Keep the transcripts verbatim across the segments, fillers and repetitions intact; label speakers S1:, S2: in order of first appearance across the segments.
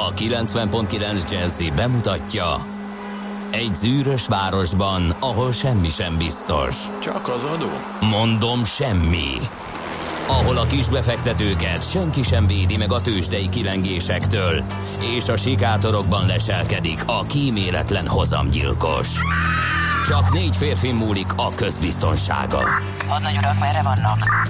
S1: A kilencven pont kilenc Jazzy bemutatja: egy zűrös városban, ahol semmi sem biztos.
S2: Csak az adó?
S1: Mondom, semmi. Ahol a kisbefektetőket senki sem védi meg a tőzsdei kilengésektől, és a sikátorokban leselkedik a kíméletlen hozamgyilkos. Csak négy férfi múlik a közbiztonsága.
S3: Hadnagy urak, merre vannak?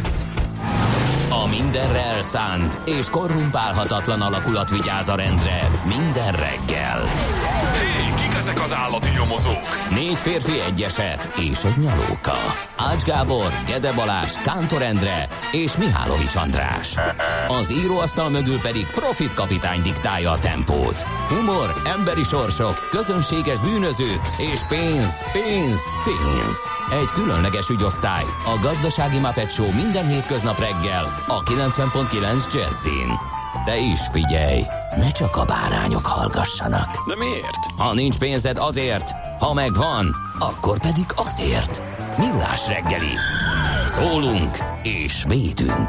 S1: A mindenre elszánt és korrumpálhatatlan alakulat vigyáz a rendre minden reggel.
S2: Hé, kik ezek az állati nyomozók?
S1: Négy férfi, egy eset és egy nyalóka. Ács Gábor, Gede Balázs, Kántor Endre és Mihálovics András. Az íróasztal mögül pedig Profit kapitány diktálja a tempót. Humor, emberi sorsok, közönséges bűnözők és pénz, pénz, pénz. Egy különleges ügyosztály, a Gazdasági Muppet Show minden hétköznap reggel a kilencven pont kilenc Jazzyn. De is figyelj, ne csak a bárányok hallgassanak.
S2: De miért?
S1: Ha nincs pénzed, azért, ha megvan, akkor pedig azért. Millás reggeli. Szólunk és védünk.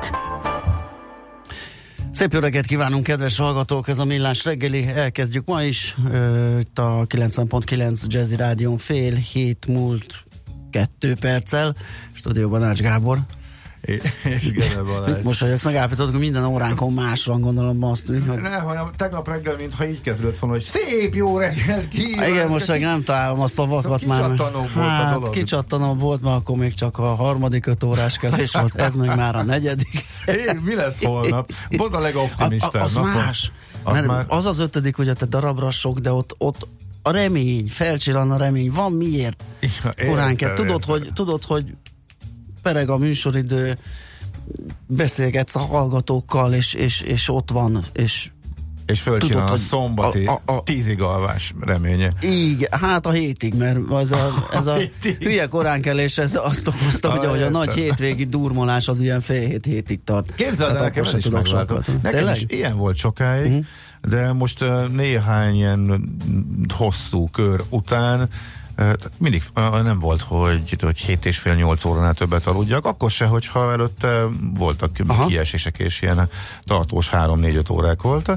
S4: Szép jó reggelt kívánunk, kedves hallgatók, ez a Millás reggeli. Elkezdjük ma is, itt a kilencven pont kilenc Jazzy Rádión fél hét múlt kettő perccel. Stúdióban Ács Gábor.
S5: És Gede Balázs.
S4: Mosolyogsz, megállapítottuk, hogy minden óránkon másra gondolom azt. Hogy...
S5: Nem, hanem tegnap reggel, mintha így kezdődött volna, hogy szép jó reggelt kívánok.
S4: Igen, most meg nem találom a szavakat
S5: szóval
S4: már.
S5: Kicsattanóbb volt
S4: hát,
S5: a dolog.
S4: Kicsattanóbb volt, mert akkor még csak a harmadik öt órás kelés volt, ez meg már a negyedik.
S5: Én, mi lesz holnap? Pont a legoptimistább.
S4: A, az
S5: napon.
S4: más.
S5: Az,
S4: mert
S5: már...
S4: az az ötödik, hogy a te darabra sok, de ott, ott a remény, felcsillan a remény, van miért korán kell. Tudod, hogy, tudod, hogy pereg a műsoridő, beszélgetsz a hallgatókkal, és, és, és ott van, és
S5: és fölcsinál a szombati
S4: a, a, a,
S5: tízig alvás reménye.
S4: Igen, hát a hétig, mert ez a, ez a hülye koránkelés, ez azt okozta, hogy, hogy a nagy hétvégi durmolás az ilyen fél hét hétig tart.
S5: Képzeld, de nekem ez is megváltozott. Nekem is ilyen volt sokáig, uh-huh. de most uh, néhány ilyen hosszú kör után mindig nem volt, hogy, hogy hét és fél nyolc óránál többet aludjak, akkor se, hogyha előtte voltak Aha. kiesések, és ilyen tartós három négy öt órák volt.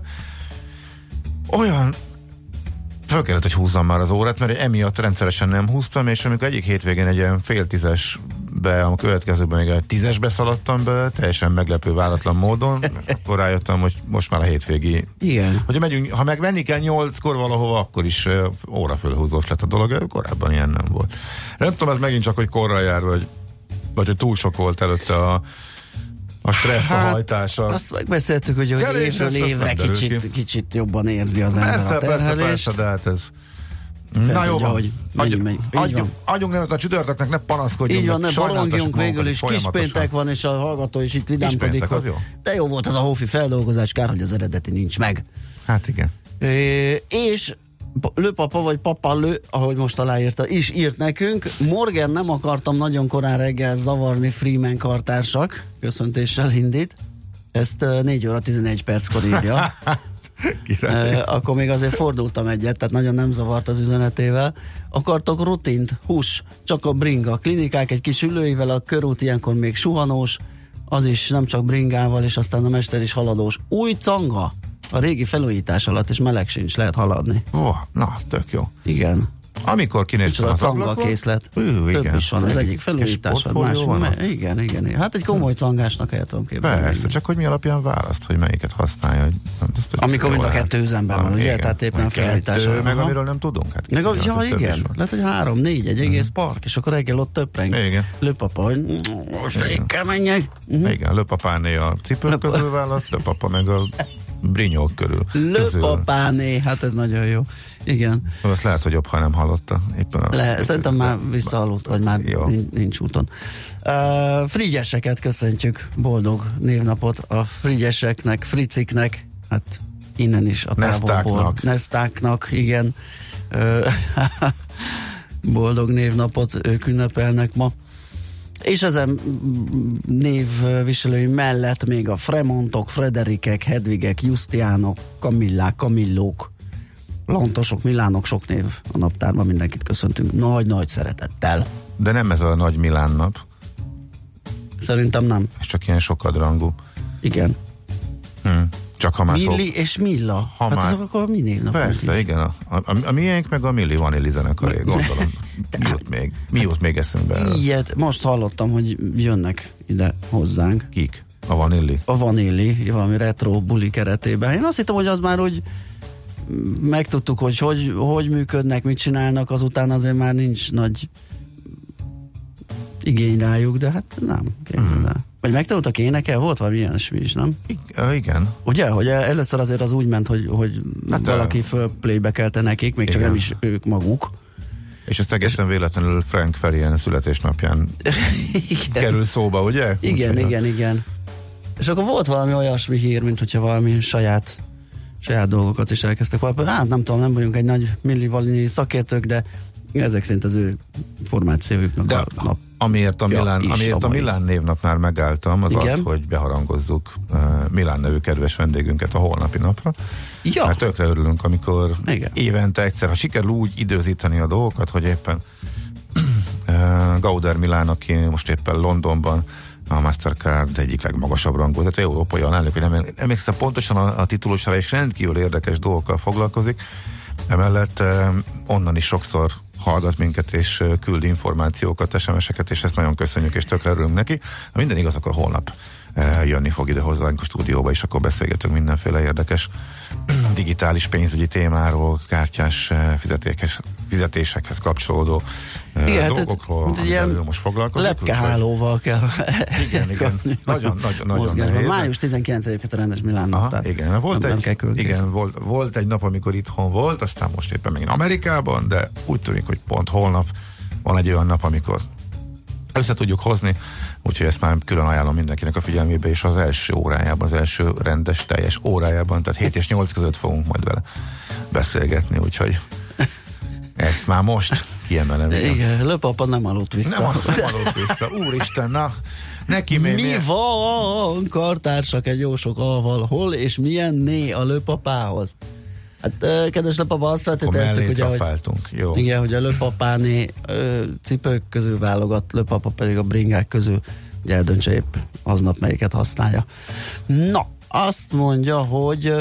S5: Olyan föl kellett, hogy húzzam már az órát, mert emiatt rendszeresen nem húztam, és amikor egyik hétvégén egy ilyen fél tízesbe, a következőben még egy tízesbe szaladtam be, teljesen meglepő, váratlan módon, akkor rájöttem, hogy most már a hétvégi.
S4: Igen.
S5: Hogyha megyünk, ha meg menni kell nyolckor valahova, akkor is uh, órafölhúzós lett a dolog, korábban ilyen nem volt. Nem tudom, ez megint csak, hogy korra jár, vagy, vagy hogy túl sok volt előtte a a stressz, hát, a hajtása.
S4: Azt megbeszéltük, hogy, hogy évről évre kicsit, kicsit jobban érzi az ember
S5: persze,
S4: a terhelést.
S5: Persze, persze, de hát ez...
S4: Fel Na jó, tudja, hogy
S5: adjunk, adjunk, adjunk nem, a csütörtöknek ne panaszkodjunk.
S4: Így van, ne borongjunk, végül is kispéntek van, és a hallgató is itt vidámkodik.
S5: Jó.
S4: De jó volt az a hófi feldolgozás, kár, hogy az eredeti nincs meg.
S5: Hát igen.
S4: É, és Lőpapa, vagy Papa Lő, ahogy most aláírta, is írt nekünk. Morgan, nem akartam nagyon korán reggel zavarni, Freeman kartársak. Köszöntéssel indít. Ezt négy óra tizenegy perckor írja. e, akkor még azért fordultam egyet, tehát nagyon nem zavart az üzenetével. Akartok rutint? Hús, csak a bringa. Klinikák egy kis ülőivel, a körút ilyenkor még suhanós, az is nem csak bringával, és aztán a mester is haladós. Új canga! A régi felújítás alatt, és meleg sincs, lehet haladni.
S5: Ó, oh, na, tök jó.
S4: Igen.
S5: Amikor kinéztem az ablakon.
S4: A készlet.
S5: Ő,
S4: Több
S5: igen.
S4: is van, az egyik felújítás, van, más. Me- igen, igen, igen. Hát egy komoly cangásnak el tudom képzelni.
S5: Persze,
S4: igen.
S5: Csak hogy mi alapján választ, hogy melyiket használja.
S4: Amikor mind a kettő üzemben van, ugye? Tehát éppen felújítás.
S5: Meg amiről nem tudunk. Hát
S4: meg a, ja, igen. Lehet, hogy három, négy, egy egész park, és akkor reggel ott töpreng.
S5: Igen.
S4: Lőpapa, hogy most elég kell menjek.
S5: Igen, lőpapáné a cipők közül választ, lőpapa meg a brinyók körül.
S4: Lőpapáné, hát ez nagyon jó. Igen.
S5: Azt lehet, hogy jobb, ha nem hallotta. Éppen a...
S4: Le, szerintem már visszaaludt, vagy már nincs, nincs úton. Uh, Frigyeseket köszöntjük, boldog névnapot a frigyeseknek, friciknek, hát innen is a távolból. Nesztáknak, igen. Uh, boldog névnapot ők ünnepelnek ma. És ezen névviselői mellett még a Fremontok, Frederikek, Hedvigek, Jusztiánok, Kamillák, Kamillók, Lantosok, Milánok, sok név a naptárban, mindenkit köszöntünk nagy-nagy szeretettel.
S5: De nem ez a nagy Milán nap.
S4: Szerintem nem.
S5: Ez csak ilyen sokadrangú.
S4: Igen.
S5: Hm. Csak csak ha már
S4: Milli
S5: szok,
S4: és Milla.
S5: Ha
S4: hát
S5: már,
S4: azok akkor a mi névnapok.
S5: Persze, igen. A, a, a miénk meg a Milli Vanilli zenekaré, gondolom. Mi jut még? Mi jut még eszünkbe?
S4: Ilyet, most hallottam, hogy jönnek ide hozzánk.
S5: Kik? A Vanilli?
S4: A Vanilli, valami retro buli keretében. Én azt hittem, hogy az már úgy megtudtuk, hogy hogy, hogy működnek, mit csinálnak, azután azért már nincs nagy igény rájuk, de hát nem. Mm. Vagy megtanultak énekel? Volt valami ilyesmi is, nem?
S5: I- igen.
S4: Ugye, hogy először azért az úgy ment, hogy, hogy hát valaki föl playback-elte nekik, még igen. csak nem is ők maguk.
S5: És ezt egészen véletlenül Frank Farian születésnapján kerül szóba, ugye?
S4: Igen,
S5: úgy,
S4: igen, igen. És akkor volt valami olyasmi hír, mint hogyha valami saját saját dolgokat is elkezdtek valami. Hát nem tudom, nem vagyunk egy nagy millivalini szakértők, de ezek szerint az ő formációjuknak
S5: de
S4: a nap.
S5: Amiért a Milán,
S4: ja,
S5: amiért a, a Milán névnapnál megálltam, az igen? az, hogy beharangozzuk uh, Milán nevű kedves vendégünket a holnapi napra.
S4: Ja.
S5: Hát tökre örülünk, amikor
S4: igen.
S5: évente egyszer, ha sikerül úgy időzíteni a dolgokat, hogy éppen uh, Gauder Milán, aki most éppen Londonban a Mastercard egyik legmagasabb rangozat, európai alelnök, hogy nem emlékszem pontosan a, a titulusra, és rendkívül érdekes dolgokkal foglalkozik. Emellett eh, onnan is sokszor hallgat minket, és eh, küld információkat, es em es-eket, és ezt nagyon köszönjük, és tökre örülünk neki. Ha minden igaz, akkor holnap eh, jönni fog ide hozzánk a stúdióba, és akkor beszélgetünk mindenféle érdekes digitális pénzügyi témáról, kártyás eh, fizetékes, fizetésekhez kapcsolódó uh,
S4: igen,
S5: dolgokról,
S4: hát, amivel
S5: most foglalkozik.
S4: Lepkehálóval kell.
S5: Igen, igen. Nagyon, nagyon, nagyon nehéz.
S4: május tizenkilencedike a rendes Milán nap.
S5: Aha, igen, volt
S4: nem,
S5: egy,
S4: nem
S5: igen volt, volt egy nap, amikor itthon volt, aztán most éppen még Amerikában, de úgy tűnik, hogy pont holnap van egy olyan nap, amikor össze tudjuk hozni, úgyhogy ezt már külön ajánlom mindenkinek a figyelmébe, és az első órájában, az első rendes, teljes órájában, tehát hét és nyolc között fogunk majd vele beszélgetni, úgyhogy ezt már most kiemelem. Igen,
S4: igen Löpapa nem aludt vissza.
S5: Nem, nem aludt vissza. Úristen, na, neki még...
S4: Mi miért? Van, kartársak egy jó sok alval, hol és milyen né a Löpapához? Hát, kedves Löpapa, azt feltételeztük, ugye, hogy,
S5: jó.
S4: Igen, hogy a Löpapáné ö, cipők közül válogat, Löpapa pedig a bringák közül, ugye eldöntse épp aznap melyiket használja. Na, azt mondja, hogy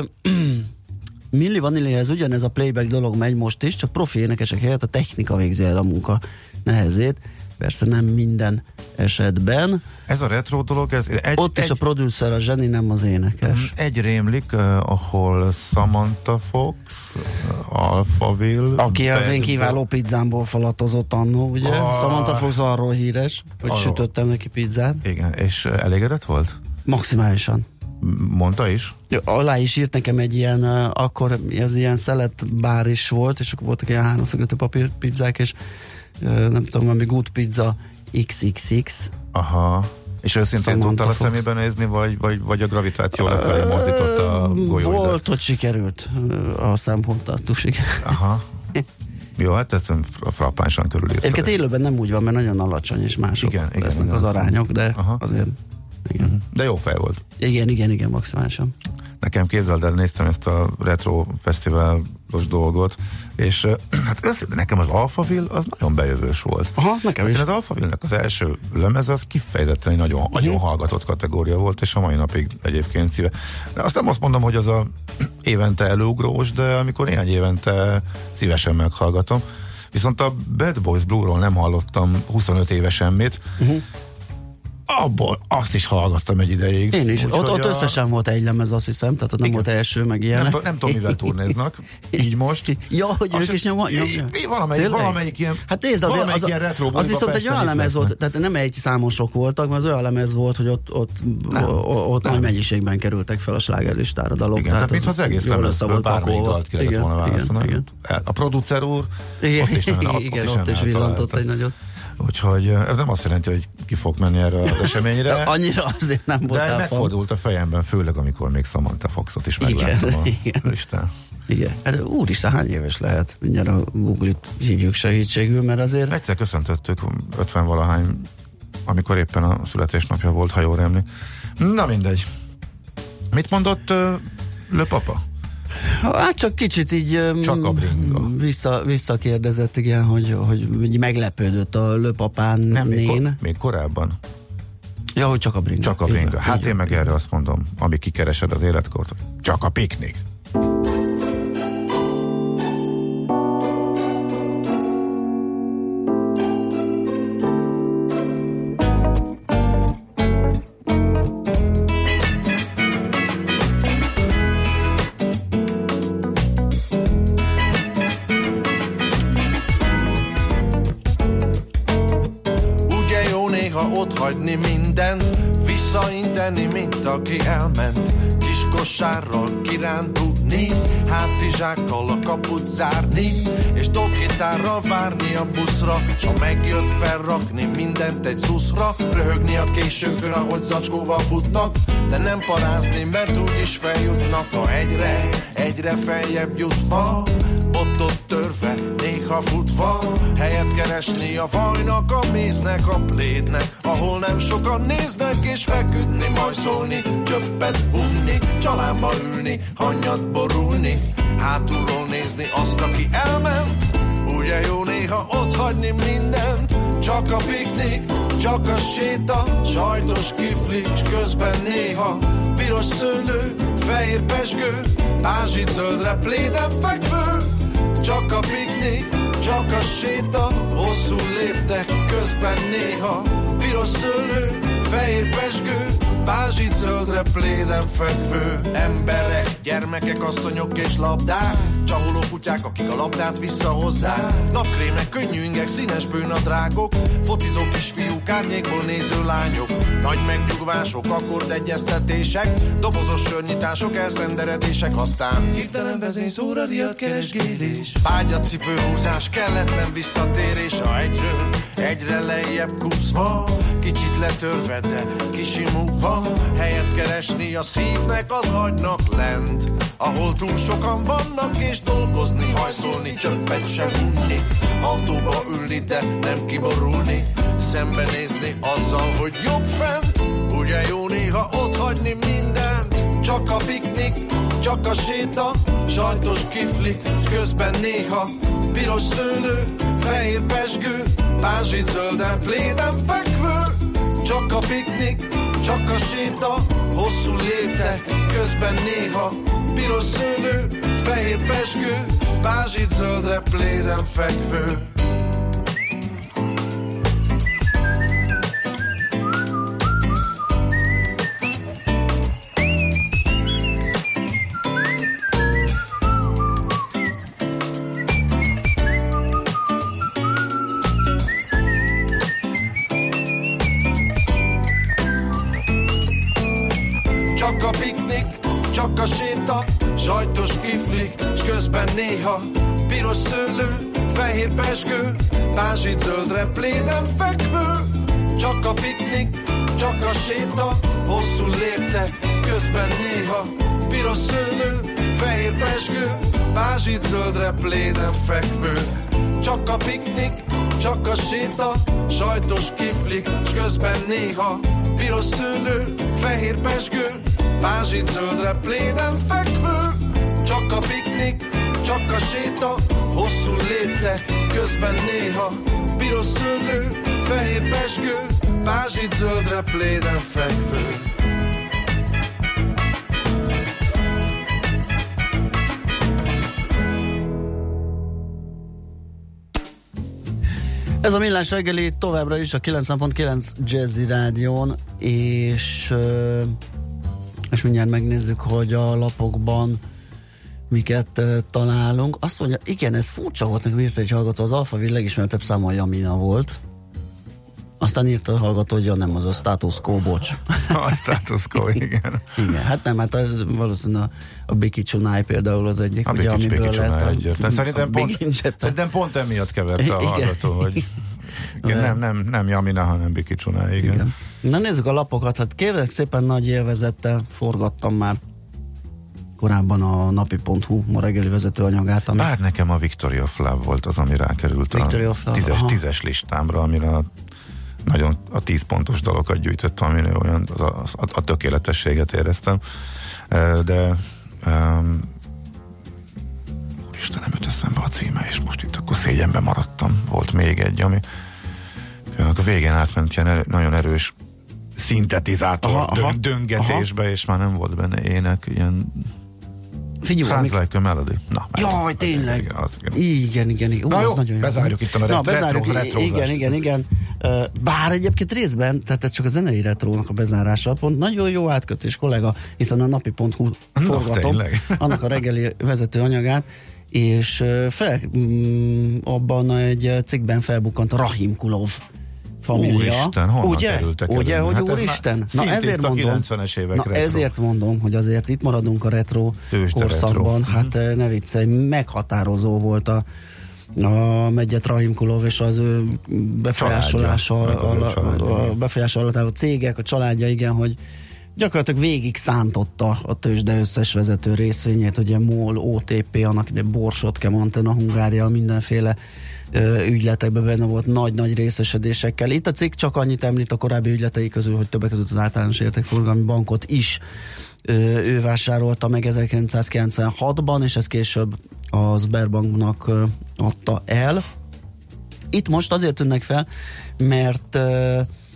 S4: Milli Vanillihez ugyanez a playback dolog megy most is, csak profi énekesek helyett a technika végzi el a munka nehezét. Persze nem minden esetben.
S5: Ez a retro dolog, ez egy,
S4: ott is
S5: egy,
S4: a producer, a zseni, nem az énekes.
S5: Egy rémlik, uh, ahol Samantha Fox, uh, Alphaville,
S4: aki az én kiváló pizzámból falatozott annó, ugye? A... Samantha Fox arról híres, hogy arról. Sütöttem neki pizzát.
S5: Igen, és elégedett volt?
S4: Maximálisan.
S5: Mondta is?
S4: Ja, alá is írt nekem egy ilyen, uh, akkor ez ilyen szelet bár is volt, és akkor voltak ilyen háromszögletű papírpizzák, és uh, nem tudom, valami Good Pizza iksz iksz iksz.
S5: Aha. És őszintén tudtál a szemébe nézni, vagy, vagy, vagy a gravitáció lefelé mozdította a golyóidat?
S4: Volt, hogy sikerült a szemponttartósig. Aha.
S5: Jó, hát ezt frappánsan körülírtad.
S4: Egyébként élőben nem úgy van, mert nagyon alacsony, és mások igen, lesznek igen, az arányok, de aha. azért igen. Uh-huh.
S5: De jó fej volt.
S4: Igen, igen, igen, maximálisan.
S5: Nekem képzeld el, néztem ezt a retro fesztiválos dolgot, és hát össze, nekem az Alphaville az nagyon bejövős volt.
S4: Aha, nekem is.
S5: Az Alphaville-nek az első lemez az kifejezetten egy nagyon, uh-huh. nagyon hallgatott kategória volt, és a mai napig egyébként szíve. De azt nem azt mondom, hogy az a évente előugrós, de amikor néhány évente szívesen meghallgatom. Viszont a Bad Boys Blue-ról nem hallottam huszonöt éve semmit, uh-huh. abból azt is hallgattam egy ideig.
S4: Én is.
S5: Úgy,
S4: ott ott
S5: a...
S4: összesen volt egy lemez, azt hiszem, tehát ott nem volt első, meg ilyen.
S5: Nem, nem tudom, mivel turnéznak. Így most.
S4: Ja, hogy azt ők is nyomja.
S5: Valamelyik, valamelyik ilyen,
S4: hát nézd, az, az,
S5: ilyen retro
S4: az viszont egy olyan lemez volt, tehát nem egy számosok voltak, mert az olyan lemez volt, hogy ott, ott, nem, ott nem. Nagy mennyiségben kerültek fel a slágerlistára dalok.
S5: Igen, tehát, tehát mintha az egész lemezről bármelyik dalt ki lehetett volna választani. A producer úr
S4: ott is villantott egy nagyot.
S5: Úgyhogy ez nem azt jelenti, hogy ki fog menni erre az eseményre.
S4: Annyira azért nem voltál.
S5: De megfordult a fejemben, főleg amikor még Samantha Foxot is megláttam a listán.
S4: Igen. Hát úristen, hány éves lehet? Mindjárt a Google-t hívjuk segítségül, mert azért...
S5: Egyszer köszöntöttük ötven valahány, amikor éppen a születésnapja volt, ha jól rémlik. Na mindegy. Mit mondott uh, Le Papa?
S4: Hát csak kicsit így
S5: csak a
S4: vissza, visszakérdezett, igen, hogy, hogy meglepődött a Le Papán
S5: nem,
S4: nén.
S5: még, kor, még korábban.
S4: Ja, hogy csak a bringa.
S5: Csak a bringa. Hát én meg erre azt mondom, ami kikeresed az életkort, csak a piknik.
S6: Hagyni mindent, visszainteni, mint aki elment. Kis kosárral kirándulni, hátizsákkal a kaput zárni, és dobgitárral várni a buszra, s ha megjött felrakni mindent egy szuszra, röhögni a későkön, ahogy zacskóval futnak, de nem parázni, mert úgyis feljutnak, ha egyre, egyre feljebb jutva, bottot törve, néha futva, helyet keresni a fajnak, a méznek, a plédnek, ahol nem sokan néznek, és feküdni, majszolni, csöppet húgni, családba ülni, hannyat borulni, hátulról nézni azt, aki elment. Ugye jó néha otthagyni mindent, csak a piknik, csak a séta, sajtos kifli, s közben néha piros szőlő, fehér pezsgő, pázsit zöldre pléden fekvő. Csak a piknik, csak a séta, hosszú léptek, közben néha piros szőlő, fehér pezsgő, pázsit zöldre pléden fekvő. Emberek, gyermekek, asszonyok és labdák, csaholó kutyák, akik a labdát visszahozzák, napkrémek, könnyű ingek, színes bőnadrágok, focizó kisfiúk, árnyékból néző lányok, nagy megnyugvások, akkordegyeztetések, dobozos sörnyitások, elszenderedések, aztán hirtelen vezényszóra riadt keresgélés, ágyacipőhúzás, kelletlen visszatérés, a egyről egyre lejjebb kúszva, kicsit letörve, de kisimulva, helyet keresni a szívnek, az agynak lent, ahol túl sokan vannak, és dolgozni, hajszolni, csöppet sem unni, autóba ülni, de nem kiborulni, szembenézni azzal, hogy jobb fent. Ugye jó néha otthagyni mindent, csak a piknik, csak a séta, sajtos kiflik, közben néha piros szőlő, fehér pezsgő, pázsit zölden pléden fekvő. Csak a piknik, csak a séta, hosszú léptek, közben néha piros szőlő, fehér pezsgő, pázsit zöldre pléden fekvő. Csak a piknik, csak a séta, sajtos kiflik, s közben néha piros szőlő, fehér pezsgő, pázsit zöldre pléden fekvő. Csak a piknik, csak a séta, hosszú léptek, közben néha piros szőlő, fehér pezsgő, pázsit zöldre pléden fekvő. Csak a piknik, csak a séta, sajtos kiflik, s közben néha piros szőlő, fehér pezsgő, pázsit zöldre pléden fekvő. Csak a piknik, csak a séta, hosszú léptek, közben néha piros szőlő, fehér pezsgő, pázsit zöldre pléden fekvő.
S4: Ez a Millás reggeli továbbra is a kilencven pont kilenc Jazzy Rádión, és, és mindjárt megnézzük, hogy a lapokban miket találunk. Azt mondja, igen, ez furcsa volt, nekem írta egy hallgató, az Alphaville legismertebb száma a Jamina volt. Aztán írta a hallgató, hogy ja, nem, az a Status Quo, bocs.
S5: A Status Quo, igen.
S4: Igen, hát nem, hát az, valószínűleg a, a Biki Csunáj például az egyik,
S5: a
S4: ugye, amiből lehet
S5: a, szerintem, pont, szerintem pont emiatt keverte a hallgató, hogy igen, nem, nem, nem Jamina, hanem Biki Csunáj, igen. igen.
S4: Na nézzük a lapokat, hát kérlek szépen nagy élvezettel forgattam már korábban a napi pont hu ma reggeli vezetőanyagát. Ami...
S5: Bár nekem a Victoria Flav volt az, ami rákerült Victoria a Flav, tízes, tízes listámra, amire a, nagyon a tíz pontos dalokat gyűjtöttem, amire olyan a, a, a tökéletességet éreztem. De um, úristen, nem jut eszembe a címe, és most itt akkor szégyenben maradtam. Volt még egy, ami a végén átment ilyen erő, nagyon erős szintetizátor
S4: aha, aha,
S5: döngetésbe, aha. És már nem volt benne ének, ilyen
S4: Figyelj,
S5: Sounds
S4: amik...
S5: like a melody. Na,
S4: jaj, tényleg. Igen, az, igen, igen. igen, igen. Ú,
S5: Na jó,
S4: nagyon
S5: bezárjuk jó. Itt a
S4: Na,
S5: retro,
S4: bezárjuk,
S5: retro,
S4: igen, igen, igen. Bár egyébként részben, tehát ez csak a zenei retrónak a bezárása, pont nagyon jó átkötés, kollega, hiszen a napi pont hu forgatom, annak a reggeli vezető anyagát, és fel, mm, abban egy cikkben felbukkant a Rahim Kulov família.
S5: Úristen, honnan
S4: ugye?
S5: kerültek
S4: Ugye,
S5: elő?
S4: hogy
S5: hát
S4: úristen? Na ezért mondom,
S5: kilencvenes évek
S4: na
S5: retro.
S4: ezért mondom, hogy azért itt maradunk a retro
S5: Tőzsde
S4: korszakban.
S5: retro.
S4: Hát mm-hmm. ne viccelj, meghatározó volt a a Megyet Rahim Kulov és az ő befolyásolása alatt, a befolyása alatt álló cégek, a családja, igen, hogy gyakorlatilag végig szántotta a tőzsde összes vezető részvényét, ugye MOL, o té pé, annak ide Borsodke, Montana, Hungária, mindenféle ö, ügyletekben benne volt nagy-nagy részesedésekkel. Itt a cikk csak annyit említ a korábbi ügyletei közül, hogy többek között az általános értékforgalmi bankot is ö, ő vásárolta meg ezerkilencszázkilencvenhatban, és ez később a Sberbanknak ö, adta el. Itt most azért tűnnek fel, mert ö,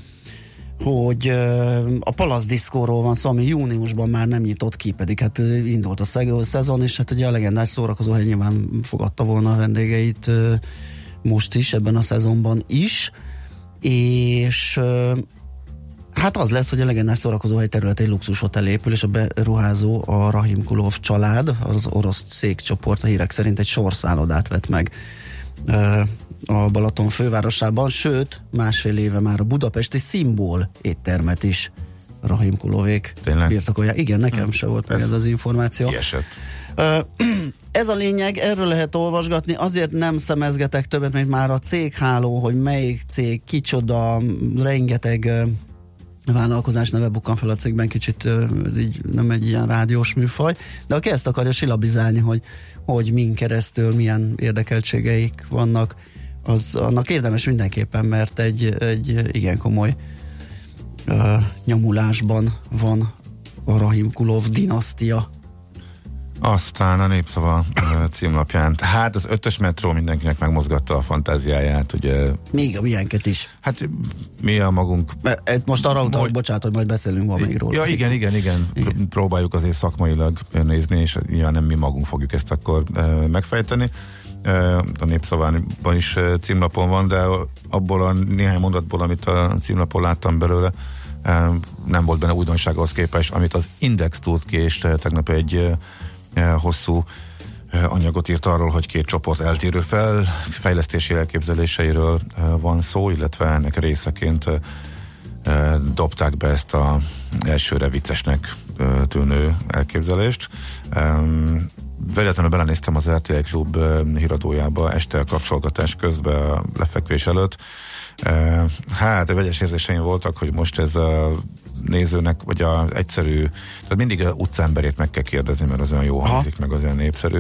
S4: hogy a Palace Diszkóról van szó, ami júniusban már nem nyitott ki, pedig hát indult a szezon, és hát ugye a legendás szórakozóhely nyilván fogadta volna a vendégeit most is, ebben a szezonban is, és hát az lesz, hogy a legendás szórakozóhely területén luxushotel épül, és a beruházó a Rahim Kulov család, az orosz cégcsoport a hírek szerint egy sorszállodát vett meg a Balaton fővárosában, sőt, másfél éve már a budapesti Szimbol éttermet is Rahim Kulovék birtokolják. Igen, nekem hmm. se volt meg ez, ez az információ.
S5: Ilyesett.
S4: Ez a lényeg, erről lehet olvasgatni, azért nem szemezgetek többet, mert már a cégháló, hogy melyik cég, kicsoda, rengeteg vállalkozás neve bukkan fel a cégben, kicsit ez így nem egy ilyen rádiós műfaj, de aki ezt akarja silabizálni, hogy, hogy min keresztül milyen érdekeltségeik vannak, az annak érdemes mindenképpen, mert egy, egy igen komoly uh, nyomulásban van a Rahim Kulov dinasztia.
S5: Aztán a Népszava címlapján. Hát az ötös metró mindenkinek megmozgatta a fantáziáját, ugye.
S4: Még a milyenket is.
S5: Hát mi a magunk...
S4: Most arra utalok, bocsánat, hogy majd beszélünk valamelyik róla.
S5: Ja, igen, igen, igen, igen. Próbáljuk azért szakmailag nézni, és ja, nem mi magunk fogjuk ezt akkor uh, megfejteni. Uh, a Népszavában is uh, címlapon van, de abból a néhány mondatból, amit a címlapon láttam belőle, uh, nem volt benne újdonság ahhoz képest, amit az Index tudott ki, és uh, tegnap egy uh, hosszú anyagot írt arról, hogy két csoport eltérő fel, fejlesztési elképzeléseiről van szó, illetve ennek részeként dobták be ezt a elsőre viccesnek tűnő elképzelést. Véletlenül belenéztem az er té el Klub híradójába este a kapcsolgatás közben a lefekvés előtt. Hát, vegyes érzéseim voltak, hogy most ez a nézőnek, vagy az egyszerű, tehát mindig az utcaemberét meg kell kérdezni, mert az olyan jó hangzik, meg az olyan népszerű,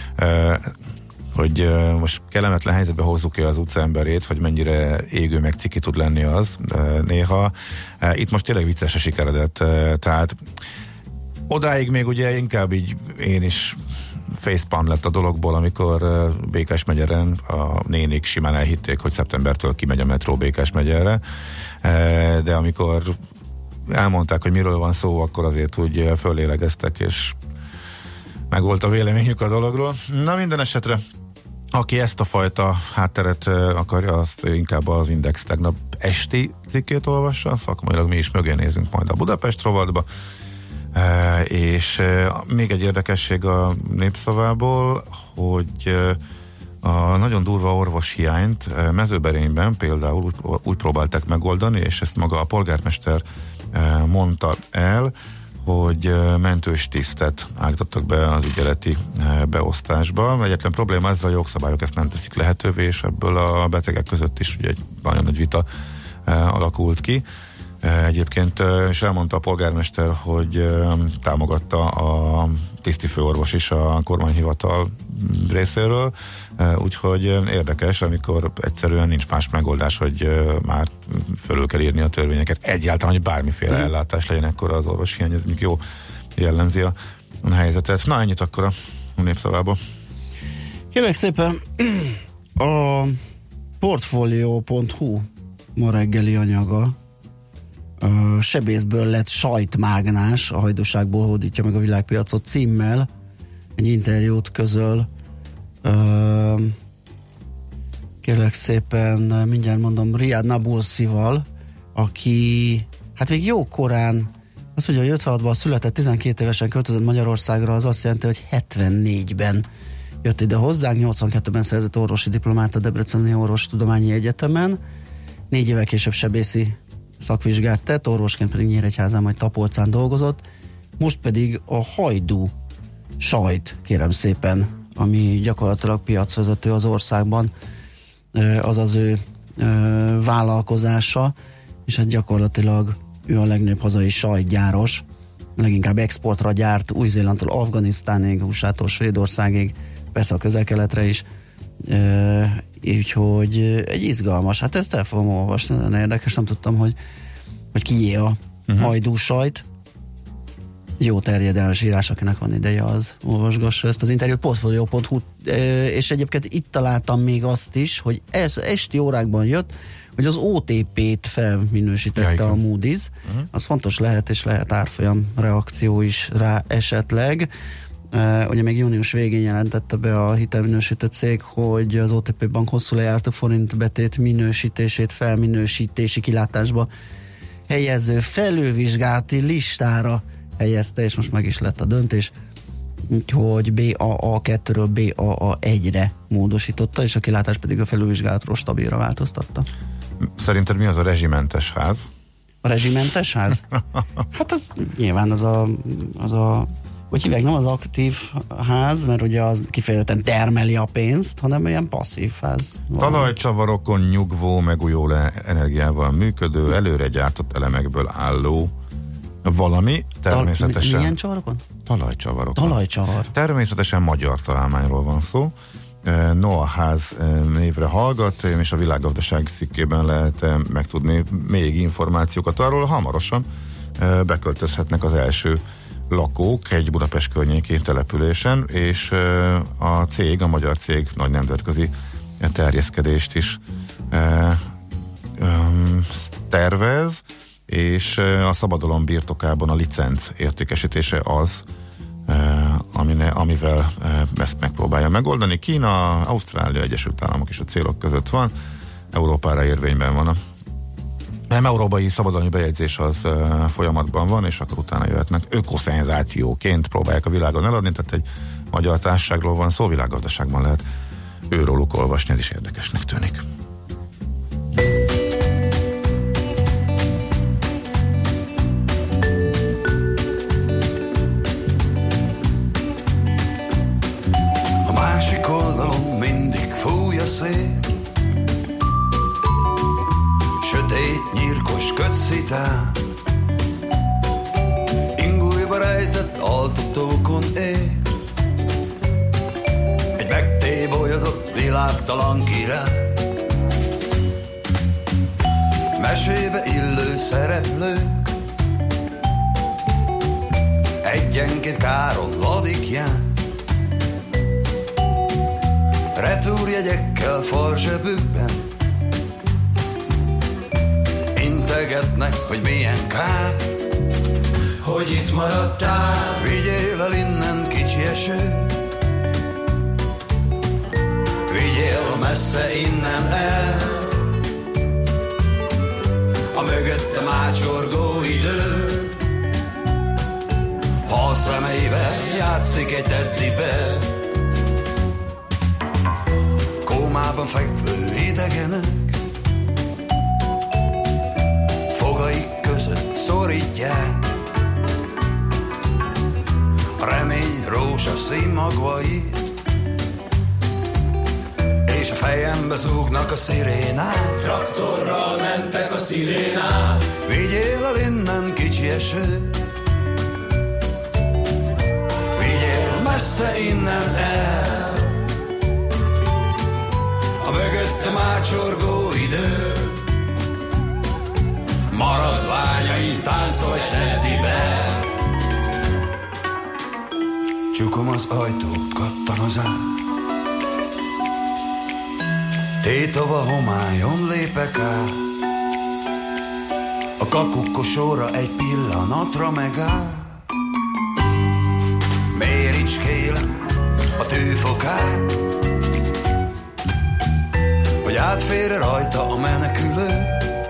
S5: hogy most kellemetlen helyzetbe hozzuk-e az utcaemberét, vagy mennyire égő meg ciki tud lenni az néha. Itt most tényleg viccesre sikeredett, tehát odáig még ugye inkább így én is facepalm lett a dologból, amikor Békásmegyeren a nénik simán elhitték, hogy szeptembertől kimegy a metró Békásmegyerre, de amikor elmondták, hogy miről van szó, akkor azért úgy föllélegeztek, és meg volt a véleményük a dologról. Na, minden esetre, aki ezt a fajta hátteret akarja, azt inkább az Index tegnap esti cikkét olvassa, szakmailag mi is mögé nézünk majd a Budapest rovatba. E, és e, még egy érdekesség a Népszavából, hogy e, a nagyon durva orvoshiányt e, Mezőberényben például úgy, úgy próbálták megoldani, és ezt maga a polgármester e, mondta el, hogy e, mentős tisztet állítottak be az ügyeleti e, beosztásba. Egyetlen probléma ezzel, a jogszabályok ezt nem teszik lehetővé, és ebből a betegek között is ugye egy nagyon nagy vita e, alakult ki. Egyébként és elmondta a polgármester, hogy támogatta a tisztifőorvos is a kormányhivatal részéről, úgyhogy érdekes, amikor egyszerűen nincs más megoldás, hogy már fölül kell írni a törvényeket. Egyáltalán, hogy bármiféle ellátás legyen, ekkor az orvoshiány, ez mondjuk jó jellemzi a helyzetet. Na, ennyit akkor a Népszavából.
S4: Kérlek szépen, a portfolio pont hu ma reggeli anyaga ö, sebészből lett sajtmágnás, a hajdúságból hódítja meg a világpiacot címmel. Egy interjút közöl. Ö, kérlek szépen, mindjárt mondom, Riad Nabulsival, aki hát még jó korán, azt mondja, hogy ötvenhatban született, tizenkét évesen költözött Magyarországra, az azt jelenti, hogy hetvennégyben jött ide hozzánk, nyolcvankettőben szerzett orvosi diplomát a Debreceni Orvostudományi Egyetemen, négy évvel később sebészi szakvizsgát tett, orvosként pedig Nyíregyházán, majd Tapolcán dolgozott, most pedig a Hajdú sajt, kérem szépen, ami gyakorlatilag piacvezető az országban, az az ő vállalkozása, és hát gyakorlatilag ő a legnagyobb hazai sajtgyáros, leginkább exportra gyárt Új-Zélandtól Afganisztánig, u es á-tól Svédországig, persze a Közel-Keletre is, e, úgyhogy egy izgalmas, hát ezt el fogom olvasni, nagyon érdekes, nem tudtam, hogy, hogy kié a uh-huh. Hajdú sajt. Jó terjedelmes írás, akinek van ideje, az olvasgassa ezt az interjút, portfolio pont hu, és egyébként itt találtam még azt is, hogy ez esti órákban jött, hogy az o té pét felminősítette ja, a Moody's. Uh-huh. Az fontos lehet, és lehet árfolyam reakció is rá esetleg. Uh, ugye még június végén jelentette be a hitelminősítő cég, hogy az o té pé Bank hosszú lejártó forint betét minősítését felminősítési kilátásba helyező felülvizsgálati listára helyezte, és most meg is lett a döntés, hogy bé á á kettőről bé á á egyre módosította, és a kilátás pedig a felülvizsgálatról stabilra változtatta.
S5: Szerinted mi az a rezsimentes ház?
S4: A rezsimentes ház? Hát az nyilván az a, az a hogy hívják, nem az aktív ház, mert ugye az kifejezetten termeli a pénzt, hanem ilyen passzív ház.
S5: Talajcsavarokon nyugvó, megújuló energiával működő, előre gyártott elemekből álló valami, természetesen...
S4: Tal- milyen csavarokon?
S5: Talajcsavarokon.
S4: Talajcsavar.
S5: Természetesen magyar találmányról van szó. Noah ház névre hallgat, és a Világgazdaság cikkében lehet megtudni még információkat arról. Hamarosan beköltözhetnek az első lakók egy Budapest környéki településen, és a cég, a magyar cég nagy nemzetközi terjeszkedést is tervez, és a szabadalom birtokában a licenc értékesítése az, amine, amivel ezt megpróbálja megoldani. Kína, Ausztrália, Egyesült Államok is a célok között van, Európára érvényben van a nem európai szabadalmi bejegyzés az uh, folyamatban van, és akkor utána jöhetnek ökoszenzációként próbálják a világon eladni, tehát egy magyar társaságról van szó, világgazdaságban lehet őróluk olvasni, ez is érdekesnek tűnik.
S6: A másik oldalon mindig fúj a szél, sötét, nyírkos kötszitál, ingújba rejtett altatókon él, egy megtébolyodott világtalan király, mesébe illő szereplők, egyenként káron ladikján, retúrjegyekkel farzsebükben, integetnek, hogy milyen kár, hogy itt maradtál. Vigyél el innen, kicsi eső, vigyél messze innen el, a mögöttem ácsorgó idő, ha a szemeivel játszik egy teddibe. Kómában fekvő idegenek fogaik között szorítják a remény rózsaszín magvait, és a fejembe zúgnak a szirénák. Traktorral mentek a szirénák. Vigyél el innen, kicsi eső, vigyél messze innen el, a mögöttem ácsorgó idő, maradványaim táncolj teddibe. Csukom az ajtót, kattan az ár, tétova homályon lépek át,
S7: A kakukkosóra egy pillanatra megáll. Méricskélem a tűfokát, hogy átfér rajta a menekülő.